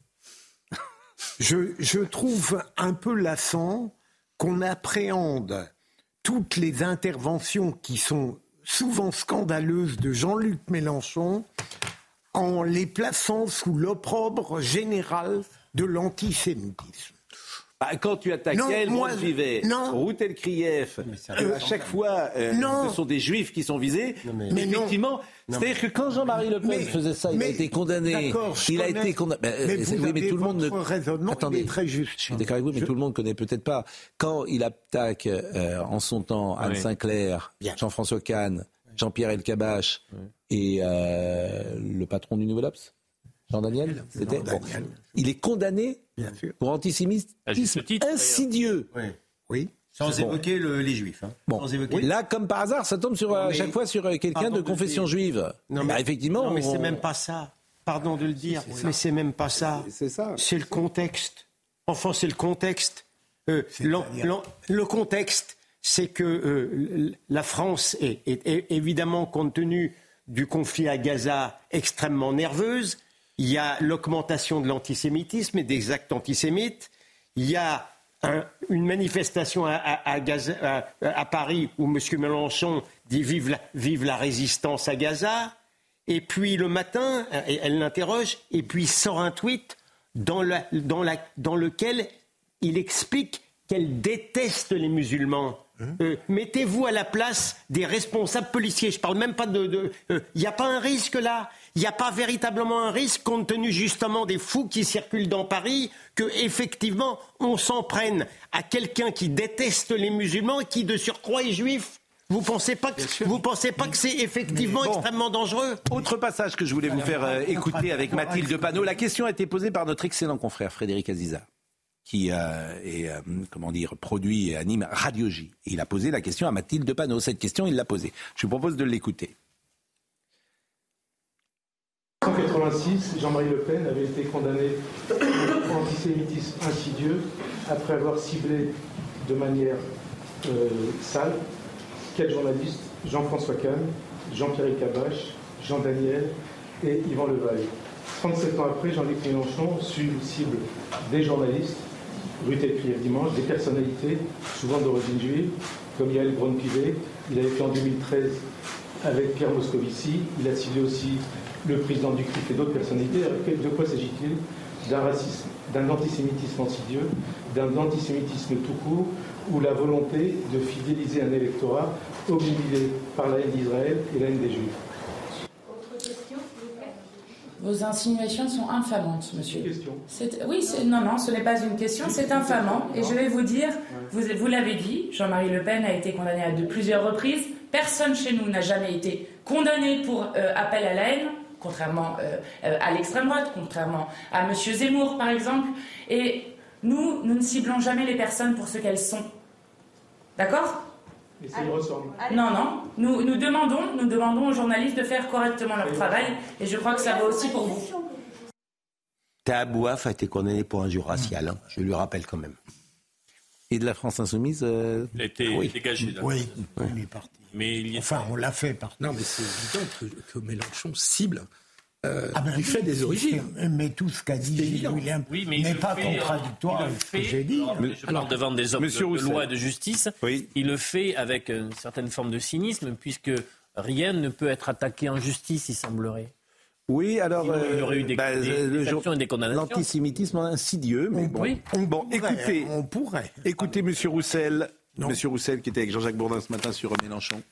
je, je trouve un peu lassant qu'on appréhende toutes les interventions qui sont souvent scandaleuses de Jean-Luc Mélenchon en les plaçant sous l'opprobre général de l'antisémitisme. Bah, quand tu attaquais Non, le moi, Vivet, non. Routel-Krief, euh, à chaque fois, euh, Non. ce sont des juifs qui sont visés. mais- Mais non. Effectivement, c'est-à-dire que quand Jean-Marie Le Pen Mais- faisait ça, il mais- a été condamné. D'accord, je Il a connais. été condamné. Mais Mais, vous oui, mais avez tout le monde votre ne. raisonnement, il Attendez, est très juste. je suis d'accord avec vous, mais Je- tout le monde ne connaît peut-être pas. Quand il attaque euh, en son temps Anne Oui. Sinclair, Bien. Jean-François Kahn, Jean-Pierre Elkabbach et euh, le patron du Nouvel Obs, Jean Daniel, c'était. Jean Bon. Daniel. Il est condamné Bien sûr. pour antisémitisme À juste titre, d'ailleurs. insidieux. Oui. Oui. Sans C'est bon. évoquer le- les juifs. Hein. Bon, Sans évoquer... là, comme par hasard, ça tombe sur, Non, à mais- chaque fois sur euh, quelqu'un Pardon de de confession le dire. juive. Non, Bah, mais, effectivement, non, mais on- c'est même pas ça. Pardon de le dire, mais c'est même pas ça. C'est ça. C'est le contexte. Enfin, c'est le contexte. Euh, l'en- l'en- le contexte, c'est que euh, la France est, est- est évidemment, compte tenu du conflit à Gaza, extrêmement nerveuse. Il y a l'augmentation de l'antisémitisme et des actes antisémites. Il y a un- une manifestation à, à- à Gaza- à- à Paris où M. Mélenchon dit vive la, vive la résistance à Gaza. Et puis le matin, elle, elle l'interroge, et puis il sort un tweet dans, la, dans, la, dans lequel il explique qu'elle déteste les musulmans. Euh, mettez-vous à la place des responsables policiers. Je ne parle même pas de... de euh, il n'y a pas un risque là. Il n'y a pas véritablement un risque, compte tenu justement des fous qui circulent dans Paris, que effectivement on s'en prenne à quelqu'un qui déteste les musulmans et qui de surcroît est juif. Vous pensez pas que, vous pensez pas que c'est effectivement bon, extrêmement dangereux? Autre passage que je voulais vous faire euh, écouter avec Mathilde Panot. La question a été posée par notre excellent confrère Frédéric Aziza, qui euh, est, euh, comment dire, produit et anime Radio J. Et il a posé la question à Mathilde Panot. Cette question, il l'a posée. Je vous propose de l'écouter. En mille neuf cent quatre-vingt-six, Jean-Marie Le Pen avait été condamné pour antisémitisme insidieux après avoir ciblé de manière euh, sale quatre journalistes, Jean-François Kahn, Jean-Pierre Elkabbach, Jean Daniel et Yvan Levaille. trente-sept ans après, Jean-Luc Mélenchon cible des journalistes, rue Tel-Krief dimanche, des personnalités, souvent d'origine juive, comme Yael Braun-Pivet. Il avait fait en deux mille treize avec Pierre Moscovici. Il a ciblé aussi le président du C R I F et d'autres personnalités. De quoi s'agit-il? D'un racisme, d'un antisémitisme insidieux, d'un antisémitisme tout court, ou la volonté de fidéliser un électorat obnubilé par la haine d'Israël et la haine des Juifs. Autre question, s'il vous plaît. Vos insinuations sont infamantes, monsieur. Question. C'est, oui, c'est, non, non, ce n'est pas une question, c'est infamant. Et je vais vous dire, vous, vous l'avez dit, Jean-Marie Le Pen a été condamné à de plusieurs reprises. Personne chez nous n'a jamais été condamné pour euh, appel à la haine, contrairement euh, euh, à l'extrême droite, contrairement à M. Zemmour, par exemple. Et nous, nous ne ciblons jamais les personnes pour ce qu'elles sont. D'accord ? Et ça y ressemble. Non, non. Nous, nous, demandons, nous demandons aux journalistes de faire correctement leur travail. Et je crois que ça va aussi pour vous. Tahabouaf a été condamné pour injure raciale. Hein. Je lui rappelle quand même. Et de la France Insoumise euh... Il a été oui. dégagé. Là. Oui, oui, il est parti. Mais il y a... Enfin, on l'a fait partir. Non, mais c'est évident que, que Mélenchon cible euh, ah ben, du fait des origines. Mais tout ce qu'a dit Gilles William oui, mais n'est pas fait, contradictoire avec ce que j'ai dit. Alors, je parle devant des hommes de, de loi et de justice. Oui. Il le fait avec une certaine forme de cynisme, puisque rien ne peut être attaqué en justice, il semblerait. Oui, alors Sinon, il y aurait eu des, bah, des, le des actions et des condamnations. L'antisémitisme insidieux, mais on bon. Oui. On bon, pourrait, écoutez, on pourrait. Écoutez, Monsieur Roussel, non. Monsieur Roussel qui était avec Jean-Jacques Bourdin ce matin sur Mélenchon.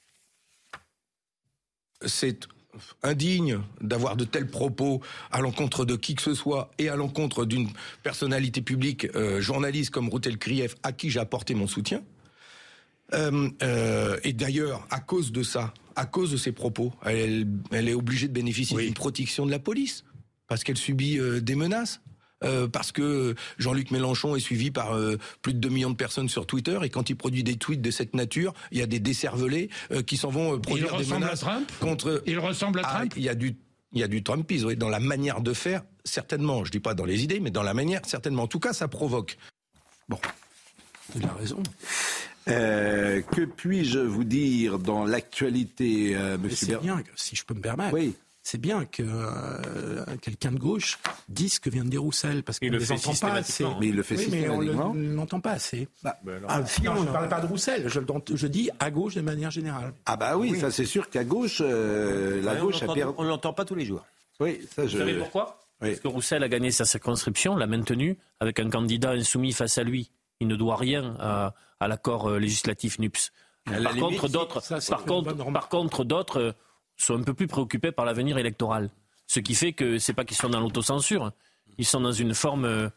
C'est indigne d'avoir de tels propos à l'encontre de qui que ce soit et à l'encontre d'une personnalité publique, euh, journaliste comme Routel Krief, à qui j'ai apporté mon soutien. Euh, euh, et d'ailleurs, à cause de ça, à cause de ses propos, elle, elle est obligée de bénéficier oui. d'une protection de la police, parce qu'elle subit euh, des menaces. Euh, parce que Jean-Luc Mélenchon est suivi par euh, plus de deux millions de personnes sur Twitter, et quand il produit des tweets de cette nature, il y a des décervelés euh, qui s'en vont euh, produire des menaces contre... Il ressemble à Trump. Ah, il y a du, il y a du Trumpisme, oui, dans la manière de faire, certainement. Je dis pas dans les idées, mais dans la manière, certainement. En tout cas, ça provoque. Bon, il a raison. Euh, que puis-je vous dire dans l'actualité, euh, monsieur C'est bien, si je peux me permettre. Oui. C'est bien que euh, quelqu'un de gauche dise ce que vient de dire Roussel, parce qu'on ne les entend pas assez. Mais il le fait oui, systématiquement. Mais on ne l'entend pas assez. Bah, bah ah, si, non, je ne parle pas de Roussel, je, je dis à gauche de manière générale. Ah bah oui, oui. Ça c'est sûr qu'à gauche, euh, la ouais, gauche on a perdu. On ne l'entend pas tous les jours. Oui, ça je... Vous savez pourquoi oui. Parce que Roussel a gagné sa circonscription, l'a maintenue, avec un candidat insoumis face à lui. Il ne doit rien à, à l'accord législatif N U P S. Par contre, d'autres, ça, par, contre, par contre, d'autres sont un peu plus préoccupés par l'avenir électoral. Ce qui fait que c'est pas qu'ils sont dans l'autocensure, ils sont dans une forme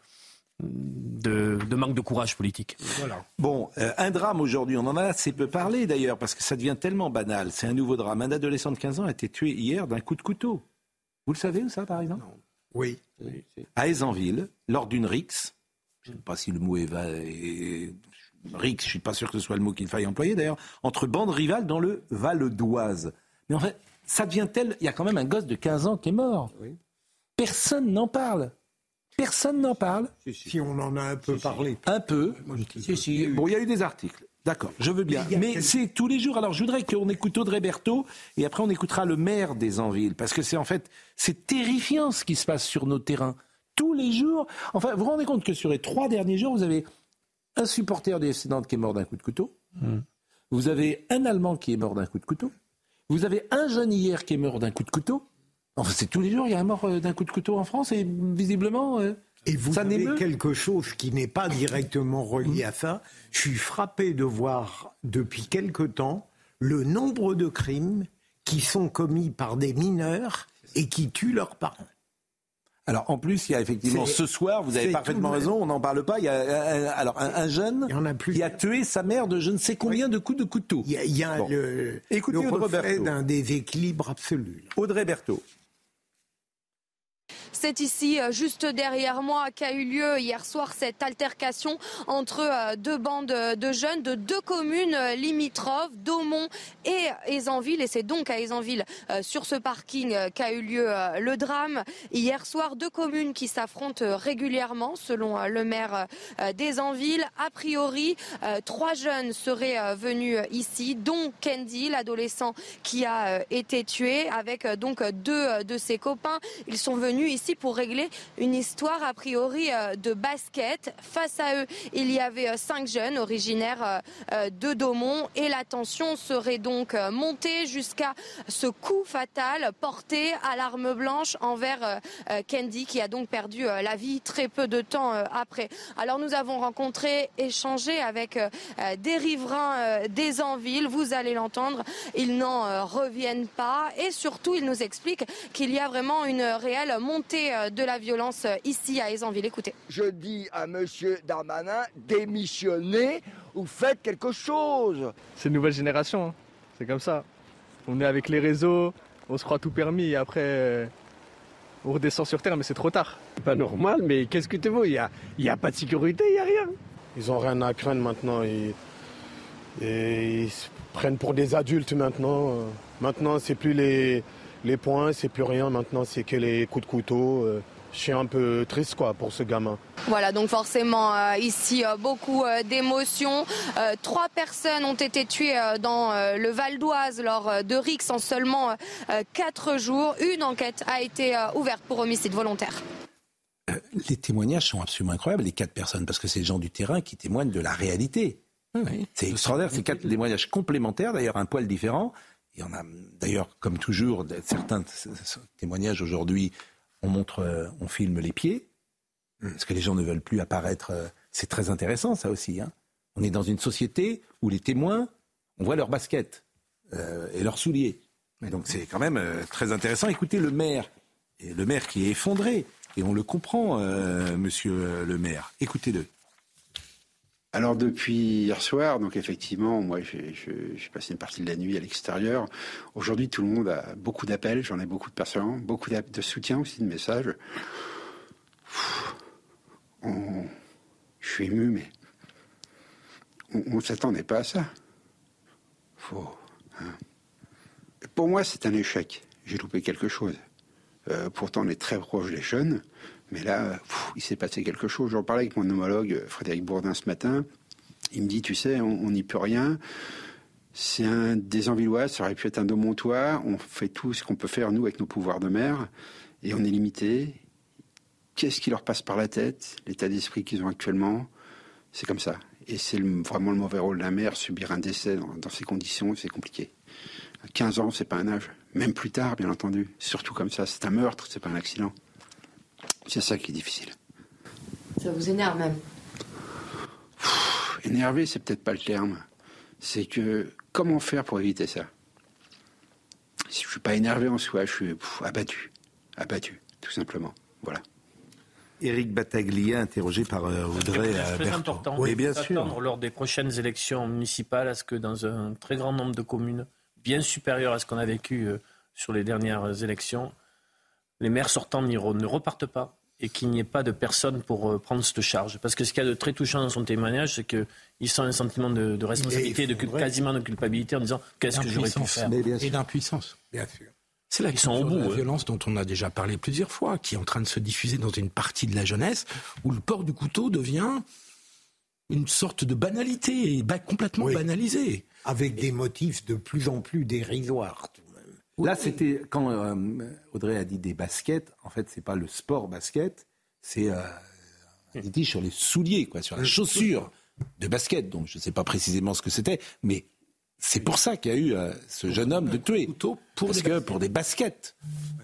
de, de manque de courage politique. Voilà. Bon, euh, un drame aujourd'hui, on en a assez peu parlé d'ailleurs, parce que ça devient tellement banal. C'est un nouveau drame. Un adolescent de quinze ans a été tué hier d'un coup de couteau. Vous le savez, ça, par exemple? Non. Oui. oui. À Aizenville, lors d'une rixe, je ne sais pas si le mot est... est rixe, je ne suis pas sûr que ce soit le mot qu'il faille employer d'ailleurs, entre bandes rivales dans le Val d'Oise. Mais en fait, ça devient tel... Il y a quand même un gosse de quinze ans qui est mort. Oui. Personne n'en parle. Personne n'en parle. Si, si. si on en a un peu si, parlé. Un peu. Moi, si, si. Bon, il y a eu des articles. D'accord, je veux bien. Mais, Mais quel... c'est tous les jours. Alors, je voudrais qu'on écoute Audrey Berthaud et après on écoutera le maire d'Aizenville. Parce que c'est en fait, c'est terrifiant ce qui se passe sur nos terrains. Tous les jours. Enfin, vous vous rendez compte que sur les trois derniers jours, vous avez un supporter des F C Nantes qui est mort d'un coup de couteau. Mmh. Vous avez un Allemand qui est mort d'un coup de couteau. Vous avez un jeune hier qui est mort d'un coup de couteau. Enfin, c'est tous les jours, il y a un mort d'un coup de couteau en France et visiblement... Euh, et vous ça avez n'émeut. Quelque chose qui n'est pas directement relié à ça. Je suis frappé de voir depuis quelque temps le nombre de crimes qui sont commis par des mineurs et qui tuent leurs parents. Alors en plus, il y a effectivement C'est- ce soir, vous avez c'est parfaitement tout- raison, on n'en parle pas. Il y a euh, alors un, un jeune Il y en a plus. qui a tué sa mère de je ne sais combien de coups de couteau. Il y a, il y a Bon. le, Écoutez le Audrey reflet Berthaud. d'un déséquilibre absolu. Audrey Berthaud. C'est ici, euh, juste derrière moi, qu'a eu lieu hier soir cette altercation entre euh, deux bandes de jeunes de deux communes euh, limitrophes, Daumont et Ézanville. Et c'est donc à Ézanville, euh, sur ce parking, euh, qu'a eu lieu euh, le drame. Hier soir, deux communes qui s'affrontent euh, régulièrement, selon euh, le maire euh, d'Ézanville. A priori, euh, trois jeunes seraient euh, venus ici, dont Kendi, l'adolescent qui a euh, été tué, avec euh, donc deux euh, de ses copains. Ils sont venus ici pour régler une histoire a priori euh, de basket. Face à eux, il y avait euh, cinq jeunes originaires euh, de Daumont et la tension serait donc euh, montée jusqu'à ce coup fatal porté à l'arme blanche envers euh, euh, Kendi, qui a donc perdu euh, la vie très peu de temps euh, après. Alors nous avons rencontré, échangé avec euh, des riverains euh, d'Ézanville. Vous allez l'entendre, ils n'en euh, reviennent pas et surtout ils nous expliquent qu'il y a vraiment une réelle montée de la violence ici à Ézanville. Écoutez. Je dis à monsieur Darmanin, démissionnez ou faites quelque chose. C'est une nouvelle génération, hein. C'est comme ça. On est avec les réseaux, on se croit tout permis et après euh, on redescend sur terre, mais c'est trop tard. C'est pas normal, mais qu'est-ce que tu veux? Il n'y a, y a pas de sécurité, il n'y a rien. Ils ont rien à craindre maintenant. Ils, et ils se prennent pour des adultes maintenant. Maintenant, c'est plus les, les poings, c'est plus rien. Maintenant, c'est que les coups de couteau. Je suis un peu triste quoi, pour ce gamin. Voilà, donc forcément euh, ici euh, beaucoup euh, d'émotions. Euh, trois personnes ont été tuées euh, dans euh, le Val d'Oise lors euh, de rixes en seulement euh, quatre jours. Une enquête a été euh, ouverte pour homicide volontaire. Euh, les témoignages sont absolument incroyables, les quatre personnes, parce que c'est les gens du terrain qui témoignent de la réalité. Oui, c'est extraordinaire, c'est quatre témoignages complémentaires, d'ailleurs un poil différent. Il y en a d'ailleurs, comme toujours, certains témoignages aujourd'hui. On montre, on filme les pieds, parce que les gens ne veulent plus apparaître. C'est très intéressant, ça aussi. Hein. On est dans une société où les témoins, on voit leurs baskets euh, et leurs souliers. Et donc c'est quand même euh, très intéressant. Écoutez le maire, et le maire qui est effondré, et on le comprend, euh, monsieur le maire. Écoutez-le. Alors depuis hier soir, donc effectivement, moi j'ai, j'ai passé une partie de la nuit à l'extérieur. Aujourd'hui, tout le monde a beaucoup d'appels, j'en ai beaucoup de personnes, beaucoup de soutien aussi, de messages. On... Je suis ému, mais on ne s'attendait pas à ça. Faut... Hein. Pour moi, c'est un échec. J'ai loupé quelque chose. Euh, pourtant, on est très proche des jeunes. Mais là, pff, il s'est passé quelque chose. J'en parlais avec mon homologue Frédéric Bourdin ce matin. Il me dit, tu sais, on n'y peut rien. C'est un des Anvillois, ça aurait pu être un Daumontois. On fait tout ce qu'on peut faire, nous, avec nos pouvoirs de maire. Et on est limité. Qu'est-ce qui leur passe par la tête? L'état d'esprit qu'ils ont actuellement, c'est comme ça. Et c'est le, vraiment le mauvais rôle d'un maire. Subir un décès dans, dans ces conditions, c'est compliqué. À quinze ans, c'est pas un âge. Même plus tard, bien entendu. Surtout comme ça. C'est un meurtre, c'est pas un accident. C'est ça qui est difficile. Ça vous énerve même? Pff, énervé, c'est peut-être pas le terme. C'est que, comment faire pour éviter ça? Si je suis pas énervé en soi, je suis pff, abattu. Abattu, tout simplement. Voilà. Éric Battaglia, interrogé par euh, Audrey C'est très Berthaud. important. Oui, bien sûr. Lors des prochaines élections municipales, à ce que dans un très grand nombre de communes, bien supérieur à ce qu'on a vécu euh, sur les dernières élections, les maires sortants ne repartent pas et qu'il n'y ait pas de personne pour prendre cette charge. Parce que ce qu'il y a de très touchant dans son témoignage, c'est qu'il sent un sentiment de, de responsabilité, de quasiment de culpabilité en disant « qu'est-ce que j'aurais pu faire ?» Et d'impuissance. Bien sûr. C'est la Ils sont au culture bout, de la ouais. violence dont on a déjà parlé plusieurs fois, qui est en train de se diffuser dans une partie de la jeunesse, où le port du couteau devient une sorte de banalité, et bah, complètement oui. banalisé. Avec des motifs de plus en plus dérisoires. Là, c'était quand euh, Audrey a dit des baskets. En fait, c'est pas le sport basket, c'est euh, un litige sur les souliers, quoi, sur la chaussure de basket. Donc, je ne sais pas précisément ce que c'était, mais c'est pour ça qu'il y a eu euh, ce jeune homme de tuer, pour parce que pour des baskets.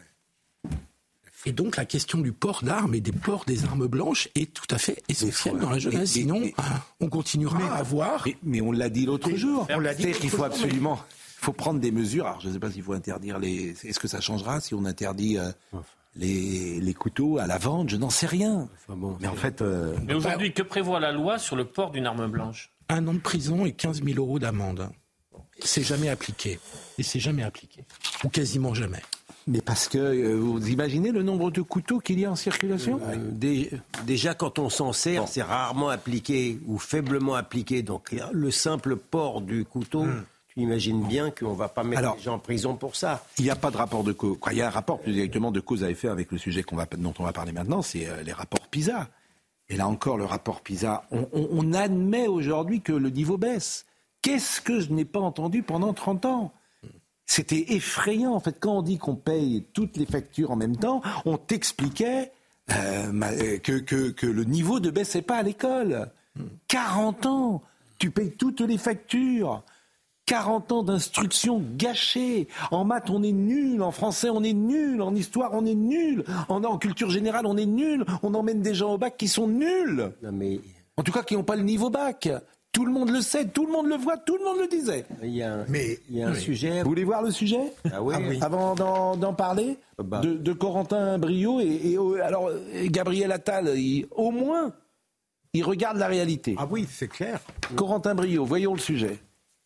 Et donc, la question du port d'armes et des ports des armes blanches est tout à fait essentielle dans la jeunesse. Mais, Sinon, mais, on continuera mais, à avoir. Mais, mais on l'a dit l'autre jour. On l'a dit C'est qu'il faut absolument. faut prendre des mesures. Alors, je ne sais pas s'il faut interdire les... Est-ce que ça changera si on interdit euh, les, les couteaux à la vente? Je n'en sais rien. Enfin bon, mais en fait... Euh... Mais aujourd'hui, que prévoit la loi sur le port d'une arme blanche? Un an de prison et quinze mille euros d'amende. C'est jamais appliqué. Et c'est jamais appliqué. Ou quasiment jamais. Mais parce que euh, vous imaginez le nombre de couteaux qu'il y a en circulation? euh, dé, Déjà, quand on s'en sert, bon. c'est rarement appliqué ou faiblement appliqué. Donc, le simple port du couteau, hum. tu imagines bien qu'on ne va pas mettre Alors, les gens en prison pour ça. Il n'y a pas de rapport de cause. Il y a un rapport plus directement de cause à effet avec le sujet qu'on va, dont on va parler maintenant, c'est euh, les rapports PISA. Et là encore, le rapport PISA, on, on, on admet aujourd'hui que le niveau baisse. Qu'est-ce que je n'ai pas entendu pendant trente ans? C'était effrayant, en fait. Quand on dit qu'on paye toutes les factures en même temps, on t'expliquait euh, que, que, que le niveau ne baissait pas à l'école. quarante ans, tu payes toutes les factures. quarante ans d'instruction gâchée. En maths, on est nul. En français, on est nul. En histoire, on est nul. En, en culture générale, on est nul. On emmène des gens au bac qui sont nuls. Non mais... En tout cas, qui n'ont pas le niveau bac. Tout le monde le sait, tout le monde le voit, tout le monde le disait. Il y a un, Mais, il y a un oui. sujet... Vous voulez voir le sujet? Ah oui. Ah oui. Avant d'en, d'en parler bah. de, de Corentin Brio et, et alors Gabriel Attal, il, au moins, il regarde la réalité. Ah oui, c'est clair. Corentin Brio, voyons le sujet.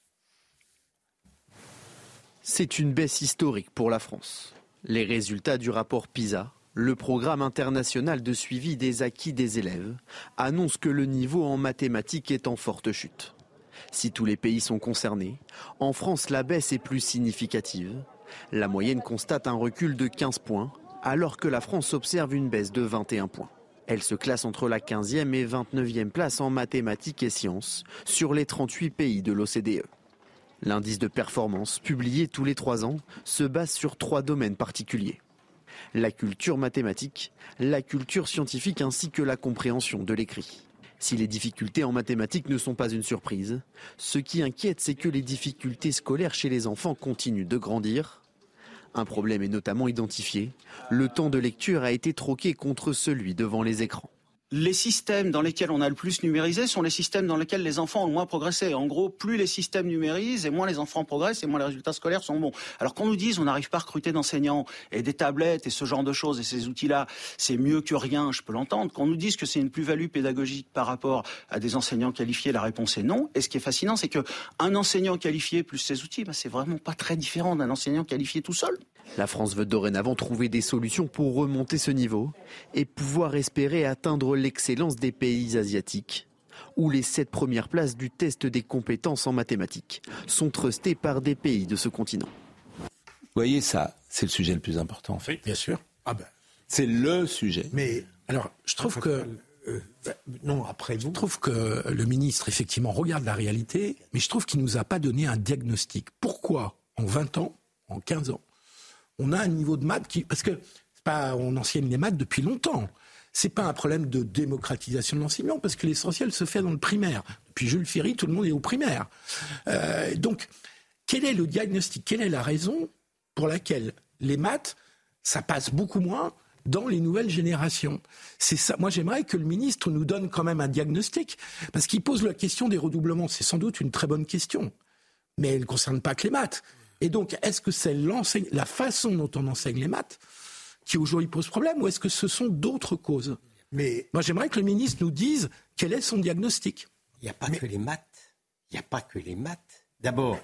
C'est une baisse historique pour la France. Les résultats du rapport PISA, le programme international de suivi des acquis des élèves, annonce que le niveau en mathématiques est en forte chute. Si tous les pays sont concernés, en France la baisse est plus significative. La moyenne constate un recul de quinze points, alors que la France observe une baisse de vingt et un points. Elle se classe entre la quinzième et vingt-neuvième place en mathématiques et sciences sur les trente-huit pays de l'O C D E. L'indice de performance, publié tous les trois ans, se base sur trois domaines particuliers. La culture mathématique, la culture scientifique ainsi que la compréhension de l'écrit. Si les difficultés en mathématiques ne sont pas une surprise, ce qui inquiète, c'est que les difficultés scolaires chez les enfants continuent de grandir. Un problème est notamment identifié. Le temps de lecture a été troqué contre celui devant les écrans. Les systèmes dans lesquels on a le plus numérisé sont les systèmes dans lesquels les enfants ont le moins progressé. En gros, plus les systèmes numérisent et moins les enfants progressent et moins les résultats scolaires sont bons. Alors qu'on nous dise on n'arrive pas à recruter d'enseignants et des tablettes et ce genre de choses et ces outils-là, c'est mieux que rien, je peux l'entendre. Qu'on nous dise que c'est une plus-value pédagogique par rapport à des enseignants qualifiés, la réponse est non. Et ce qui est fascinant, c'est qu'un enseignant qualifié plus ses outils, bah, c'est vraiment pas très différent d'un enseignant qualifié tout seul. La France veut dorénavant trouver des solutions pour remonter ce niveau et pouvoir espérer atteindre l'excellence des pays asiatiques, où les sept premières places du test des compétences en mathématiques sont trustées par des pays de ce continent. Vous voyez, ça, c'est le sujet le plus important. En fait. Oui, bien sûr. Ah ben, c'est le sujet. Mais alors, je trouve que... Euh, non, après vous. Je trouve que le ministre, effectivement, regarde la réalité, mais je trouve qu'il ne nous a pas donné un diagnostic. Pourquoi, en vingt ans, en quinze ans, on a un niveau de maths qui... Parce que c'est pas, on enseigne les maths depuis longtemps. C'est pas un problème de démocratisation de l'enseignement, parce que l'essentiel se fait dans le primaire. Depuis Jules Ferry, tout le monde est au primaire. Euh, donc, quel est le diagnostic? Quelle est la raison pour laquelle les maths, ça passe beaucoup moins dans les nouvelles générations? C'est ça. Moi, j'aimerais que le ministre nous donne quand même un diagnostic, parce qu'il pose la question des redoublements. C'est sans doute une très bonne question, mais elle ne concerne pas que les maths. Et donc, est-ce que c'est la façon dont on enseigne les maths qui aujourd'hui pose problème, ou est-ce que ce sont d'autres causes? Mais moi, j'aimerais que le ministre nous dise quel est son diagnostic. Il n'y a pas Mais... que les maths. Il n'y a pas que les maths. D'abord,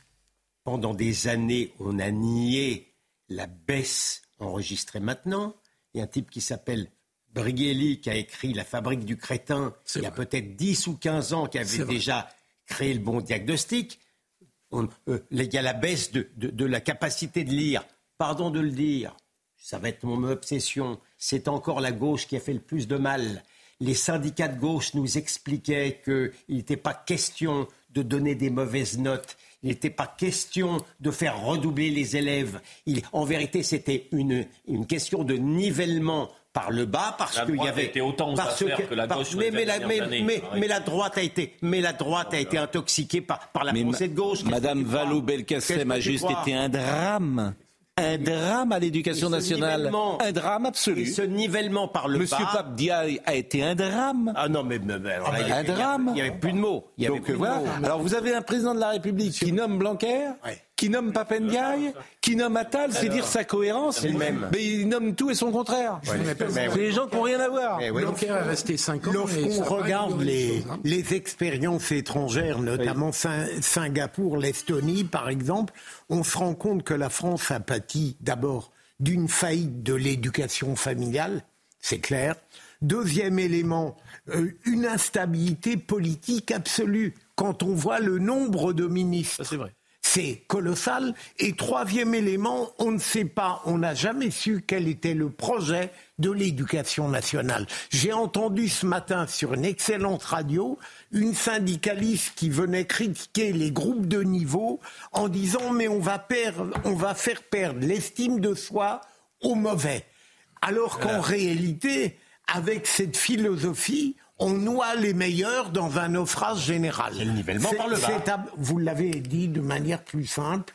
pendant des années, on a nié la baisse enregistrée maintenant. Il y a un type qui s'appelle Brigelli qui a écrit La fabrique du crétin c'est il y a vrai. peut-être dix ou quinze ans, qui avait c'est déjà vrai. créé le bon diagnostic. On, euh, il y a la baisse de, de, de la capacité de lire. Pardon de le dire, ça va être mon obsession. C'est encore la gauche qui a fait le plus de mal. Les syndicats de gauche nous expliquaient qu'il n'était pas question de donner des mauvaises notes. Il n'était pas question de faire redoubler les élèves. Il, en vérité, c'était une, une question de nivellement par le bas, parce qu'il y avait était autant parce que, que la gauche. Mais, mais, la, mais, mais, mais la droite a été, mais la droite a été intoxiquée par, par la pensée de gauche. Madame Vallaud-Belkacem a juste été un drame. Un drame à l'éducation nationale. Un drame absolu. Et ce nivellement par le Monsieur bas. Monsieur Pape Diaye a été un drame. Ah non, mais, mais, mais alors là, un il y avait, drame. Il n'y avait plus de mots. Il y avait Donc plus voilà. de mots. Alors vous avez un président de la République qui nomme Blanquer. Ouais. qui nomme Papendiaï, qui nomme Attal, c'est dire sa cohérence. C'est le même. Mais il nomme tout et son contraire. Ouais. C'est des gens qui n'ont rien à voir. Oui. Blanquer est resté cinq ans. Lorsqu'on regarde les, choses, hein. les expériences étrangères, notamment oui. Singapour, l'Estonie par exemple, on se rend compte que la France a pâti d'abord d'une faillite de l'éducation familiale, c'est clair. Deuxième élément, euh, une instabilité politique absolue. Quand on voit le nombre de ministres, ça, c'est vrai. C'est colossal. Et troisième élément, on ne sait pas, on n'a jamais su quel était le projet de l'éducation nationale. J'ai entendu ce matin sur une excellente radio une syndicaliste qui venait critiquer les groupes de niveau en disant mais on va perdre, on va faire perdre l'estime de soi aux mauvais. Alors qu'en voilà. réalité, avec cette philosophie, on noie les meilleurs dans un naufrage général. C'est le nivellement par le bas. À, vous l'avez dit de manière plus simple.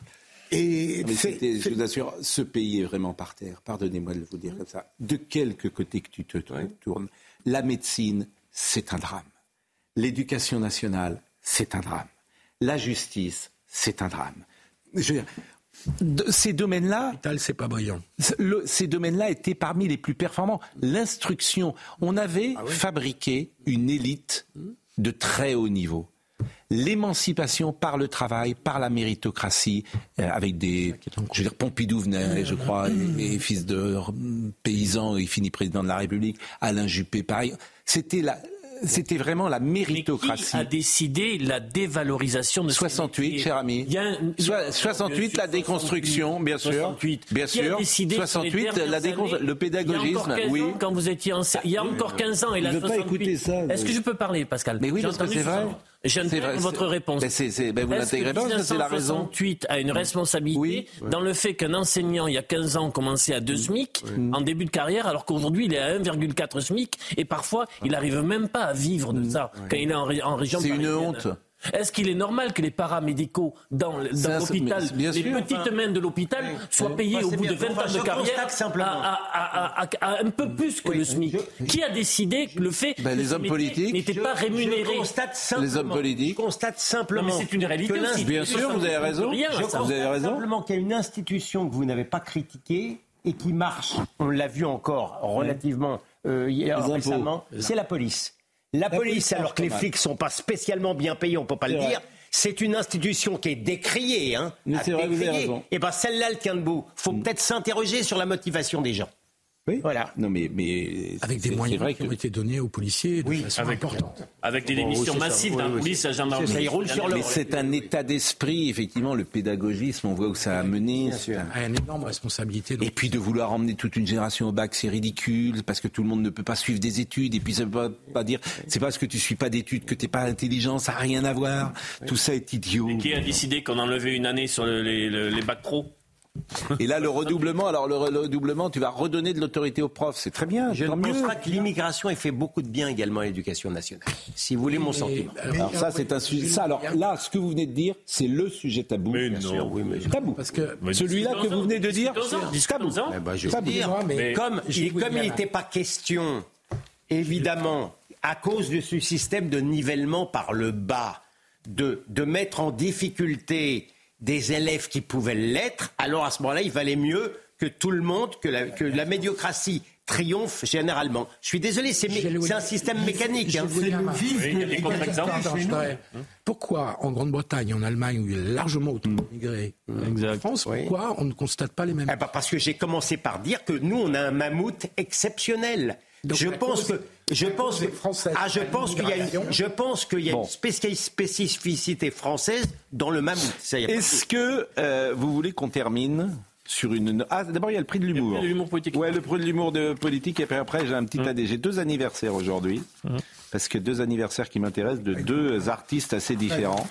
Et Mais c'est, c'est, c'est... je vous assure, ce pays est vraiment par terre. Pardonnez-moi de vous dire comme ça. De quelque côté que tu te tournes, la médecine, c'est un drame. L'éducation nationale, c'est un drame. La justice, c'est un drame. Je veux dire, de ces domaines-là, c'est pas brillant. Le, ces domaines-là étaient parmi les plus performants. L'instruction, on avait ah oui. fabriqué une élite de très haut niveau. L'émancipation par le travail, par la méritocratie, euh, avec des, je veux dire, Pompidou venait, je crois, et, et fils de paysan, il finit président de la République. Alain Juppé, pareil. C'était la C'était vraiment la méritocratie. Mais qui a décidé la dévalorisation de soixante-huit, cher ami. Il y a un, so- soixante-huit, la déconstruction, bien sûr. soixante-huit. Bien sûr. soixante-huit, la décon- le pédagogisme, oui. Ans, quand vous étiez en... Il y a encore quinze ans, et la soixante-huit. Pas écouter ça. Est-ce que je peux parler, Pascal? Mais oui, parce que c'est vrai. J'intègre votre réponse. Ben c'est, c'est, ben vous Est-ce l'intégrez pas, c'est la raison. soixante-huit a une responsabilité oui. dans le fait qu'un enseignant, il y a quinze ans, commençait à deux SMIC oui. en début de carrière, alors qu'aujourd'hui, il est à un virgule quatre SMIC, et parfois, il n'arrive même pas à vivre de ça, oui. quand il est en, en région c'est parisienne. C'est une honte. Est-ce qu'il est normal que les paramédicaux dans, dans ça, l'hôpital, les sûr, petites enfin, mains de l'hôpital, oui. soient payés enfin, au bout bien. de vingt ans de carrière à, à, à, à, à un peu plus que oui. le SMIC? Je... Qui a décidé le fait ben, que les hommes politiques n'étaient pas rémunérés? Je constate simplement, les hommes politiques. Je constate simplement. Non, mais c'est une réalité aussi. Bien sûr, vous avez raison. Rien, je vous avez raison. Simplement qu'il y a une institution que vous n'avez pas critiquée et qui marche. On l'a vu encore relativement euh, hier, récemment. C'est la police. La, la police, police alors que les flics ne sont pas spécialement bien payés, on ne peut pas c'est le vrai. dire, c'est une institution qui est décriée. Hein, Mais c'est vrai, vous avez raison. Et bien celle-là, elle tient debout. Il faut mmh. peut-être s'interroger sur la motivation des gens. Oui. Voilà. Non, mais, mais avec des moyens vrai qui que... ont été donnés aux policiers de oui, façon avec, importante. Avec des démissions bon, massives dans la police, la gendarmerie. Ça, il roule sur le. Mais c'est un état d'esprit, effectivement, le pédagogisme, on voit où ça a mené. C'est un, une énorme responsabilité. Donc. Et puis de vouloir emmener toute une génération au bac, c'est ridicule, parce que tout le monde ne peut pas suivre des études, et puis ça ne veut pas, pas dire, c'est parce que tu ne suis pas d'études que tu n'es pas intelligent, ça n'a rien à voir. Oui. Tout ça est idiot. Et qui a décidé qu'on enlevait une année sur le, les, les, les bacs pro? Et là, le redoublement, alors le redoublement, tu vas redonner de l'autorité aux profs, c'est très bien. Je pense pas que l'immigration ait fait beaucoup de bien également à l'éducation nationale. Si vous voulez mon sentiment. Alors ça, c'est un sujet. Ça, alors là, ce que vous venez de dire, c'est le sujet tabou. Mais bien non, sûr. oui, mais tabou. Parce que celui-là que vous venez de dire, c'est tabou. Eh ben, je veux dire, mais, mais comme il comme il n'était pas question, évidemment, à cause de ce système de nivellement par le bas, de de mettre en difficulté des élèves qui pouvaient l'être, alors à ce moment-là, il valait mieux que tout le monde, que la, que la médiocratie triomphe généralement. Je suis désolé, c'est, mé- c'est un système mécanique. Hein. C'est le vif de l'éducation. Pourquoi en Grande-Bretagne, en Allemagne, où il y a largement autant d'immigrés, en France, oui. pourquoi on ne constate pas les mêmes eh ben Parce que j'ai commencé par dire que nous, on a un mammouth exceptionnel. Donc, je pense que je pense que ah je pense qu'il y a une je pense qu'il y a bon. une spécificité française dans le mammouth. Ça, Est-ce que euh, vous voulez qu'on termine sur une ah d'abord il y a le prix de l'humour. Le prix de l'humour politique. Ouais, le prix de l'humour de politique et puis après j'ai un petit mmh. A D. J'ai deux anniversaires aujourd'hui. Mmh. Parce que deux anniversaires qui m'intéressent de deux artistes assez différents.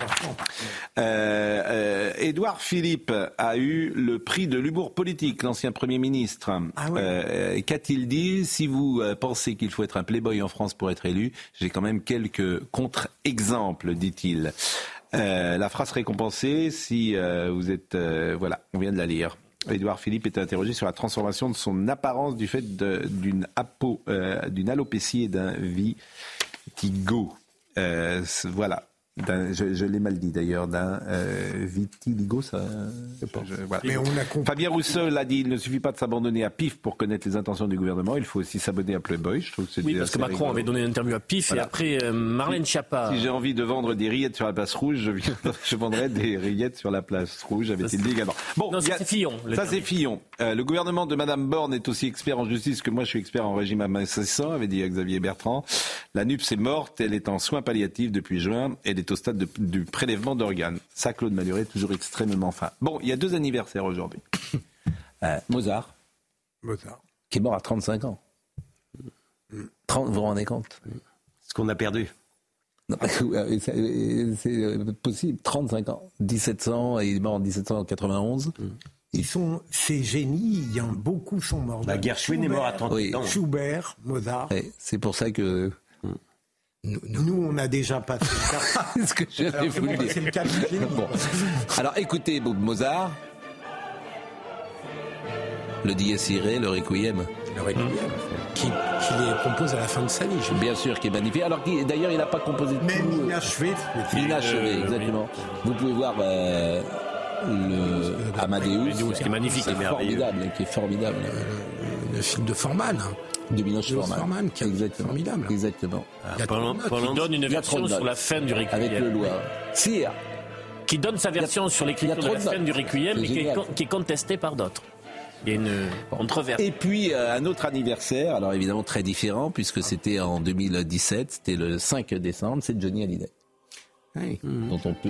Euh, euh, Édouard Philippe a eu le prix de l'humour politique, l'ancien Premier ministre. Ah ouais. euh, qu'a-t-il dit? Si vous pensez qu'il faut être un playboy en France pour être élu, j'ai quand même quelques contre-exemples, dit-il. Euh, la phrase récompensée, si euh, vous êtes... Euh, voilà, on vient de la lire. Édouard Philippe était interrogé sur la transformation de son apparence du fait de, d'une, apo, euh, d'une alopécie et d'un vitiligo. Euh, voilà. D'un, je, je l'ai mal dit d'ailleurs, d'un euh, vitiligo, ça. Je, je, voilà. Mais on a compris. Fabien Roussel l'a dit, il ne suffit pas de s'abandonner à P I F pour connaître les intentions du gouvernement, il faut aussi s'abonner à Playboy. Je trouve que c'est oui, parce que Macron rigolo. avait donné une interview à P I F voilà. et après euh, Marlène Schiappa. Si j'ai envie de vendre des rillettes sur la place rouge, je, je vendrai des rillettes sur la place rouge, avait-il dit également. Bon, non, ça a, c'est Fillon. Ça c'est Fillon. Euh, le gouvernement de Madame Borne est aussi expert en justice que moi je suis expert en régime amincissant, avait dit Xavier Bertrand. La N U P S est morte, elle est en soins palliatifs depuis juin, elle est au stade de, du prélèvement d'organes. Ça, Claude Malhuret, toujours extrêmement fin. Bon, il y a deux anniversaires aujourd'hui. Euh, Mozart, Mozart, qui est mort à trente-cinq ans. trente, vous vous rendez compte ? Ce qu'on a perdu. Non, c'est, c'est possible, trente-cinq ans. dix-sept cents, il est mort en dix-sept cent quatre-vingt-onze. Ils sont, ces génies, il y en a beaucoup sont morts. Bah, Gershwin est mort à trente oui. ans. Schubert, Mozart. Oui, c'est pour ça que... Nous, nous, on a déjà passé le cas. C'est ce que j'avais voulu dire. C'est le cas du bon. Alors écoutez, Mozart, le Dies Irae, le Requiem. Le Requiem, mmh. qui, qui les compose à la fin de sa vie. Bien sûr, qui est magnifique. Alors qui, d'ailleurs, il n'a pas composé tout. Même inachevé. Inachevé, euh, exactement. Oui. Vous pouvez voir euh, le Amadeus, qui est magnifique, qui est formidable, qui est formidable. Le, le film de Forman. De Miloš Forman. Forman, qui est formidable. Exactement. Ah, pendant, pendant, qui donne une version sur la fin du Requiem. Avec le Loir. Sire. Qui donne sa version sur l'écriture de la fin du Requiem, mais qui est, qui est contestée par d'autres. Il y a une controverse. Et puis euh, un autre anniversaire, alors évidemment très différent, puisque c'était en deux mille dix-sept, c'était le cinq décembre, c'est Johnny Hallyday. Oui. Mmh. Dont on peut...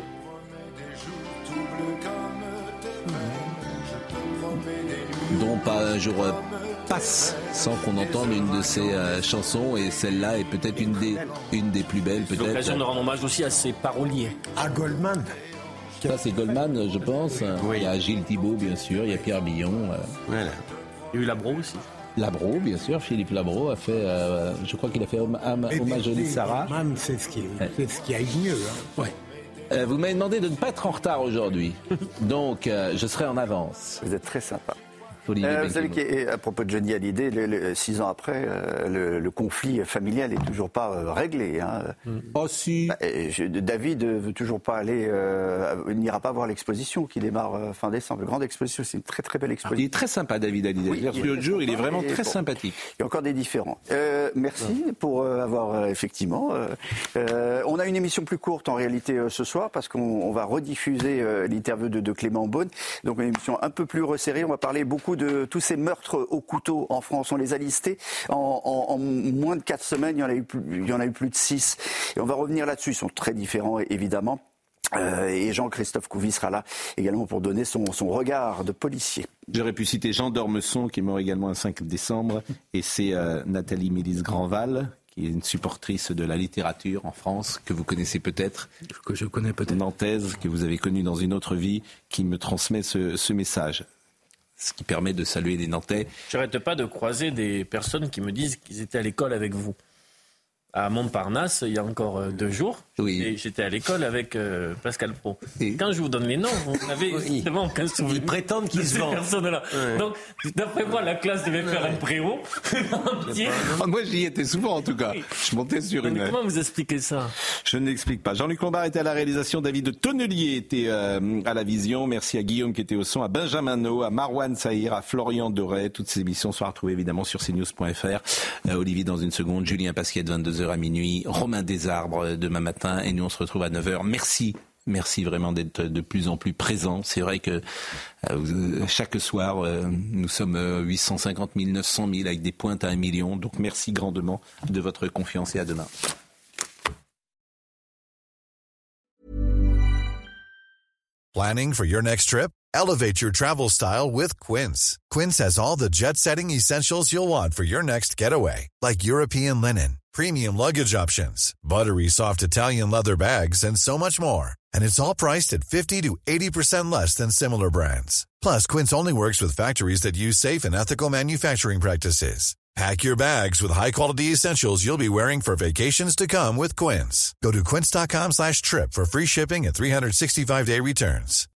dont pas un jour euh, passe sans qu'on entende une de ses euh, chansons, et celle-là est peut-être une des, une des plus belles. Peut-être. C'est l'occasion de rendre hommage aussi à ses paroliers. À Goldman. Ça c'est Goldman, je pense. Oui. Il y a Gilles Thibault, bien sûr, il y a Pierre Billon. Euh... Voilà. Il y a eu Labro aussi. Labro, bien sûr, Philippe Labro a fait, euh, je crois qu'il a fait hommage à Jolie Sarah. Goldman, c'est ce qui, c'est ce qui a eu mieux. Hein. Ouais. Euh, vous m'avez demandé de ne pas être en retard aujourd'hui, donc euh, je serai en avance. Vous êtes très sympa. Euh, vous savez qu'à propos de Johnny Hallyday, le, le, six ans après, euh, le, le conflit familial n'est toujours pas euh, réglé. Hein. Oh si. Bah, je, David veut toujours pas aller, euh, il n'ira pas voir l'exposition qui démarre euh, fin décembre. La grande exposition, c'est une très très belle exposition. Il est très sympa, David Hallyday. Oui, il, il, jour, il est vraiment très bon, sympathique. Il y a encore des différents. Euh, merci ouais. pour euh, avoir euh, effectivement. Euh, euh, on a une émission plus courte en réalité euh, ce soir parce qu'on on va rediffuser euh, l'interview de, de Clément Beaune. Donc une émission un peu plus resserrée. On va parler beaucoup de tous ces meurtres au couteau en France. On les a listés en, en, en moins de quatre semaines. Il y en a eu plus, il y en a eu plus de six. Et on va revenir là-dessus. Ils sont très différents, évidemment. Euh, et Jean-Christophe Couvi sera là également pour donner son, son regard de policier. J'aurais pu citer Jean d'Ormesson, qui est mort également le cinq décembre. Et c'est euh, Nathalie Mélis Grandval, qui est une supportrice de la littérature en France, que vous connaissez peut-être. Que je connais peut-être. Nantaise, que vous avez connue dans une autre vie, qui me transmet ce, ce message. Ce qui permet de saluer les Nantais. Je n'arrête pas de croiser des personnes qui me disent qu'ils étaient à l'école avec vous. À Montparnasse, il y a encore deux jours, oui. et j'étais à l'école avec euh, Pascal Pro. Et quand je vous donne les noms, vous n'avez oui. évidemment aucun souvenir. Ils prétendent qu'ils se vendent. Personnes-là. Ouais. Donc, d'après moi, la classe devait faire un préau entier. Moi, j'y étais souvent, en tout cas. Oui. Je montais sur Mais une... Comment vous expliquez ça ? Je ne l'explique pas. Jean-Luc Lombard était à la réalisation, David Tonnelier était euh, à la vision. Merci à Guillaume qui était au son, à Benjamin No, à Marwan Sahir, à Florian Doré. Toutes ces émissions sont à retrouver évidemment sur c news point f r. Euh, Olivier dans une seconde, Julien Pasquier de vingt-deux heures à minuit, Romain Desarbres demain matin, et nous on se retrouve à neuf heures. Merci. Merci vraiment d'être de plus en plus présent. C'est vrai que euh, chaque soir, euh, nous sommes euh, huit cent cinquante mille, neuf cent mille avec des pointes à un million. Donc merci grandement de votre confiance et à demain. Planning for your next trip? Elevate your travel style with Quince. Quince has all the jet-setting essentials you'll want for your next getaway, like European linen, premium luggage options, buttery soft Italian leather bags, and so much more. And it's all priced at fifty to eighty percent less than similar brands. Plus, Quince only works with factories that use safe and ethical manufacturing practices. Pack your bags with high-quality essentials you'll be wearing for vacations to come with Quince. Go to quince dot com slash trip for free shipping and three sixty-five day returns.